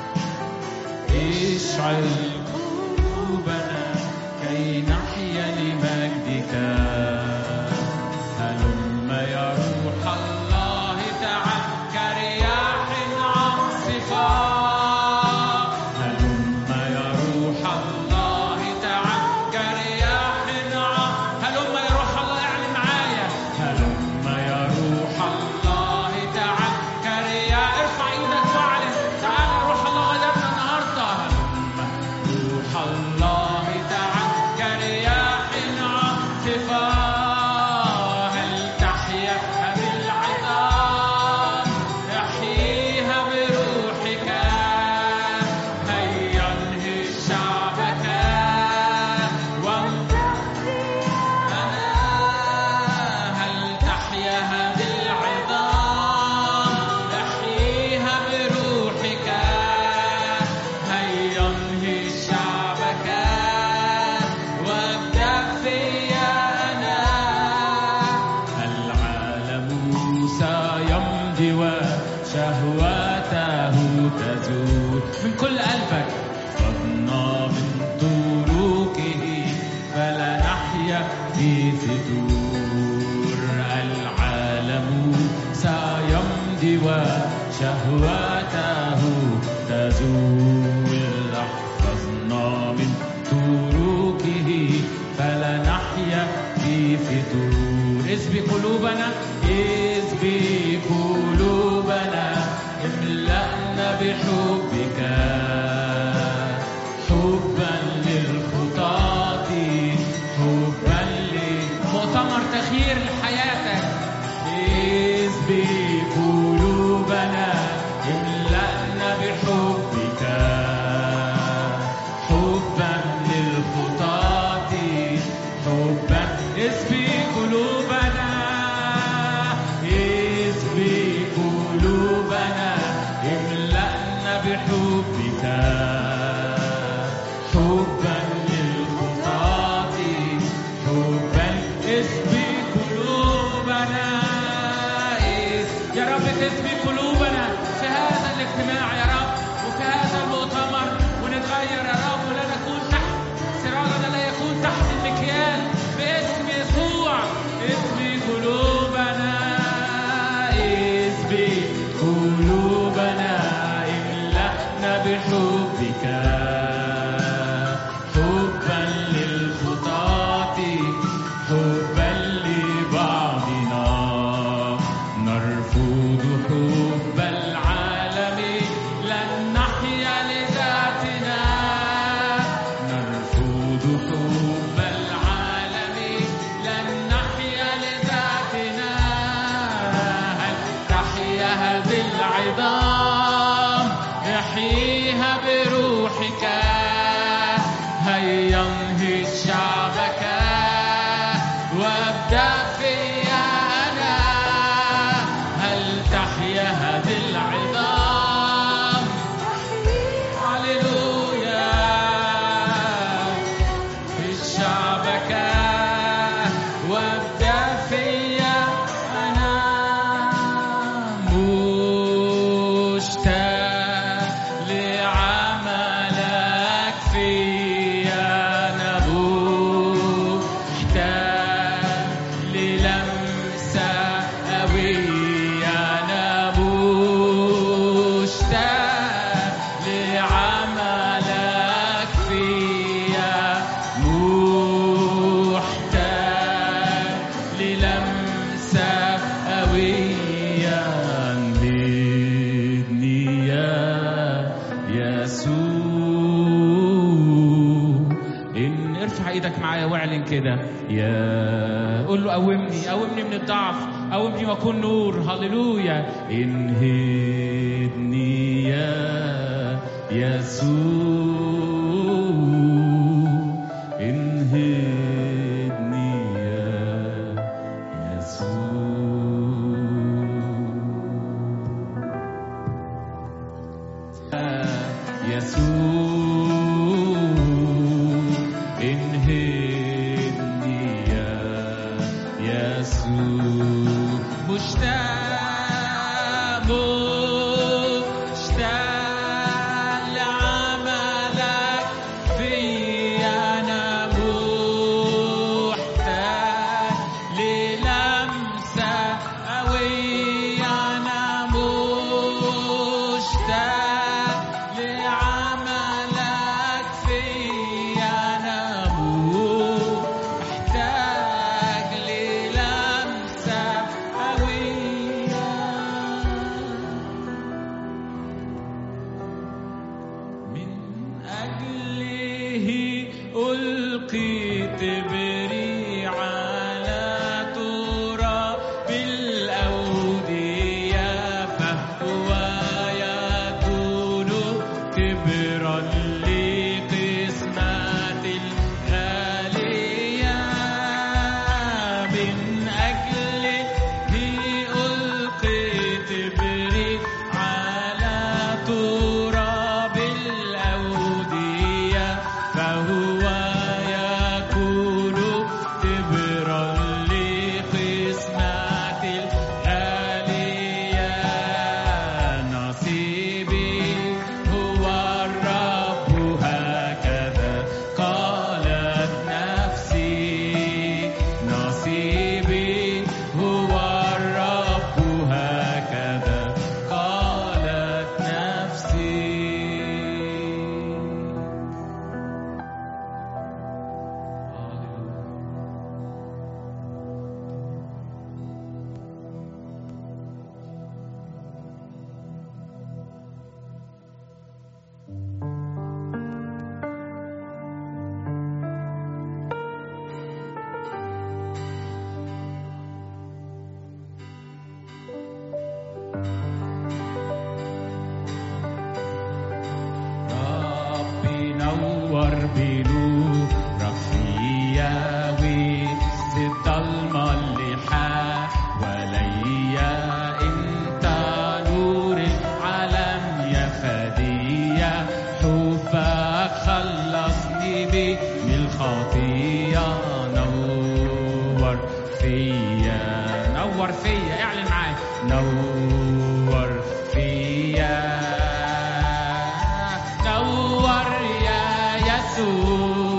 اشعل قلوبنا كي نحيا لمجدك. هلم يا روح الله تعال كرياح عاصفة، هلم يا روح الله تعال كرياح عاصفة. هلم يا روح الله، اعلن معايا. هلم يا روح الله تعال كرياح. ارفع ايدك واعلن. تعال يا روح الله غدرنا النهارده. هلم روح الله تعال كرياح عاصفة. من كل قلبك. فضنا من طرقه فلا نحيا في فتور. العالم سيمضي وشهواته تزول. احفظنا من طرقه فلا نحيا في فتور. اسبي قلوبنا، اسبي قلوبنا، املأنا بحبك، حبا للخطاة، حبا لمؤتمر تغيير لحياتك. اسبي قلوبنا، املأنا بحبك، حبا للخطاة، حبا. اسبي قلوبنا، اسبي قلوبنا، املأنا بحبك، حبا للخطاة، حبا. اسبي قلوبنا. يا رب تسبي قلوبنا في هذا الاجتماع يا رب، وفي هذا المؤتمر، ونتغير يا رب، ولا نكون تحت سراجنا، لا يكون تحت المكيال، باسم يسوع. اسبي قلوبنا، اسبي قلوبنا، املأنا بحبك، أحييها بروحك هيا انهض شعبك وابدأ فيا أنا هل تحيا هذه العظام هللويا في شعبك وابدأ فيا أنا مشتاق لعملك فيا أنا محتاج للمسة قوية أنا مشتاق لعملك فيا محتاج للمسة قوية انهضني يا يسوع إن ارفع ايدك معايا واعلن كده يا قول له قومني قومني من الضعف قومني واكون نور هللويا انهضني يا يسوع انهضني يا يسوع يسوع انهضني يا يسوع مشتاق مشتاق لعملك فيا أنا محتاج للمسة قوية أنا مشتاق لعملك فيا أنا محتاج للمسة قوية من أجله ألقيت بري على تراب الأودية فهو يكون كبرا لقسمة الغالية من أجله ألقيت بري على تراب الأودية فهو يكون كبرا لقسمة الغالية نصيبي هو الرب هكذا قالت نفسي نصيبي هو الرب هكذا قالت نفسي ربي نور بنورك فيا وسط الضلمة اللي حواليا انت نور العالم يا فدية حبك خلصني بيه من الخطية نور فيا نور فيا اعلن معايا نور فيا نور يا يسوع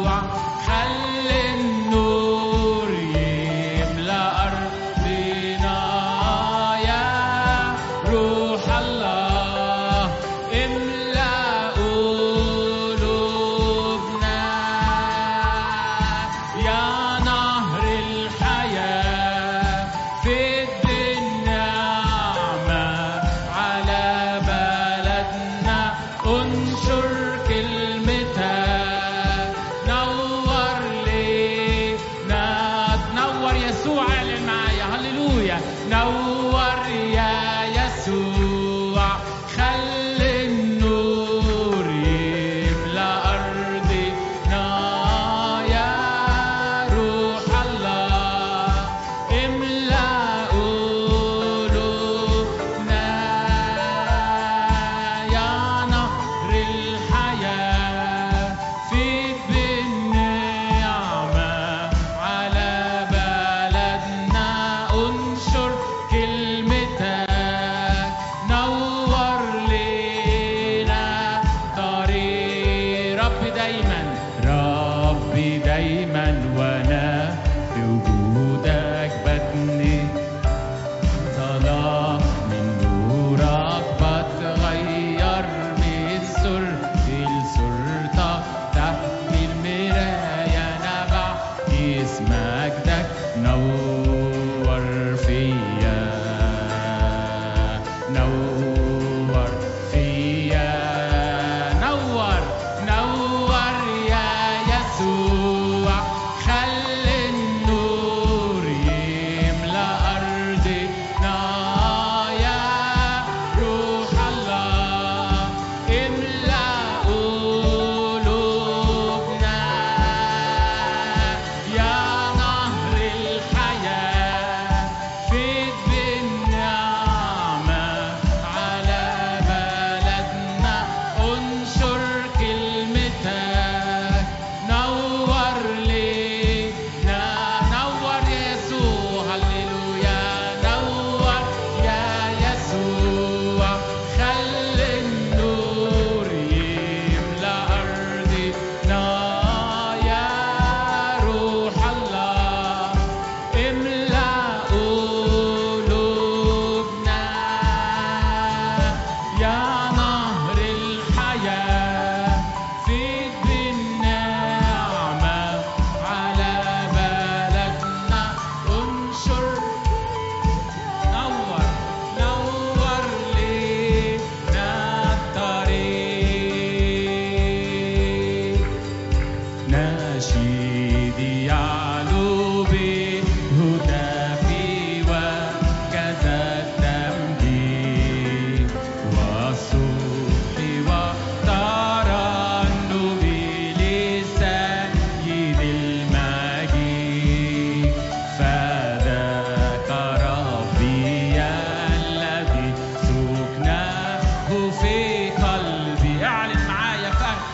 في قلبي. اعلن معايا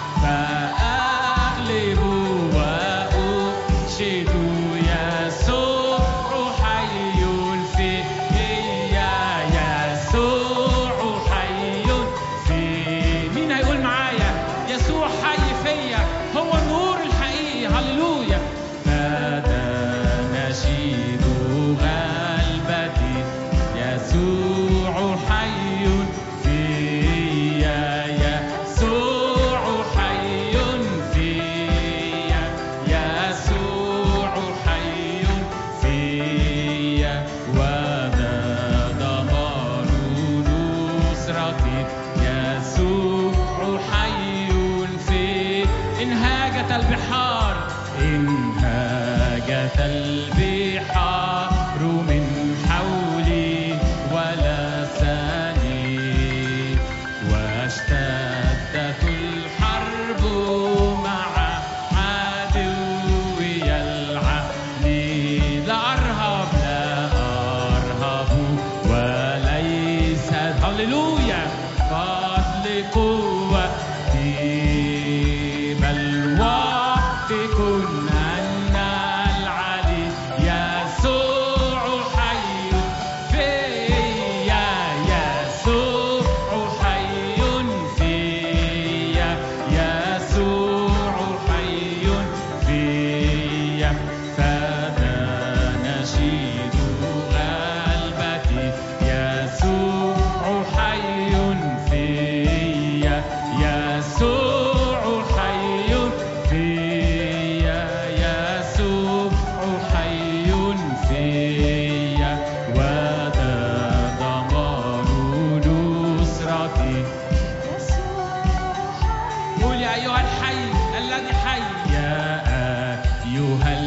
فأغلب وأنشد يسوع حي فيا، يسوع حي في. مين هيقول معايا يسوع حي فيا؟ هو النور الحقيقي. هللويا. فده نشيد غلبتي، يسوع حي فيا، يسوع حي فيا، يسوع حي فيا، وذا ضمان نصرتي، يسوع حي في. إن هاجت البحار، إن هاجت البحار من حولي ولا ساني، واشتدت الحرب مع عدوي العلي. لا أرهب، لا أرهب وليس. هللويا. فضل قوتي بل واثق أن العلي يسوع حي فيا، يسوع حي فيا، يسوع حي فيا. فذا نشيد غلبتي، يسوع حي فيا، يسوع حي فيا، يسوع حي فيا، وذا ضمان نصرتي. قول يا أيها الحي الذي حي، يا أيها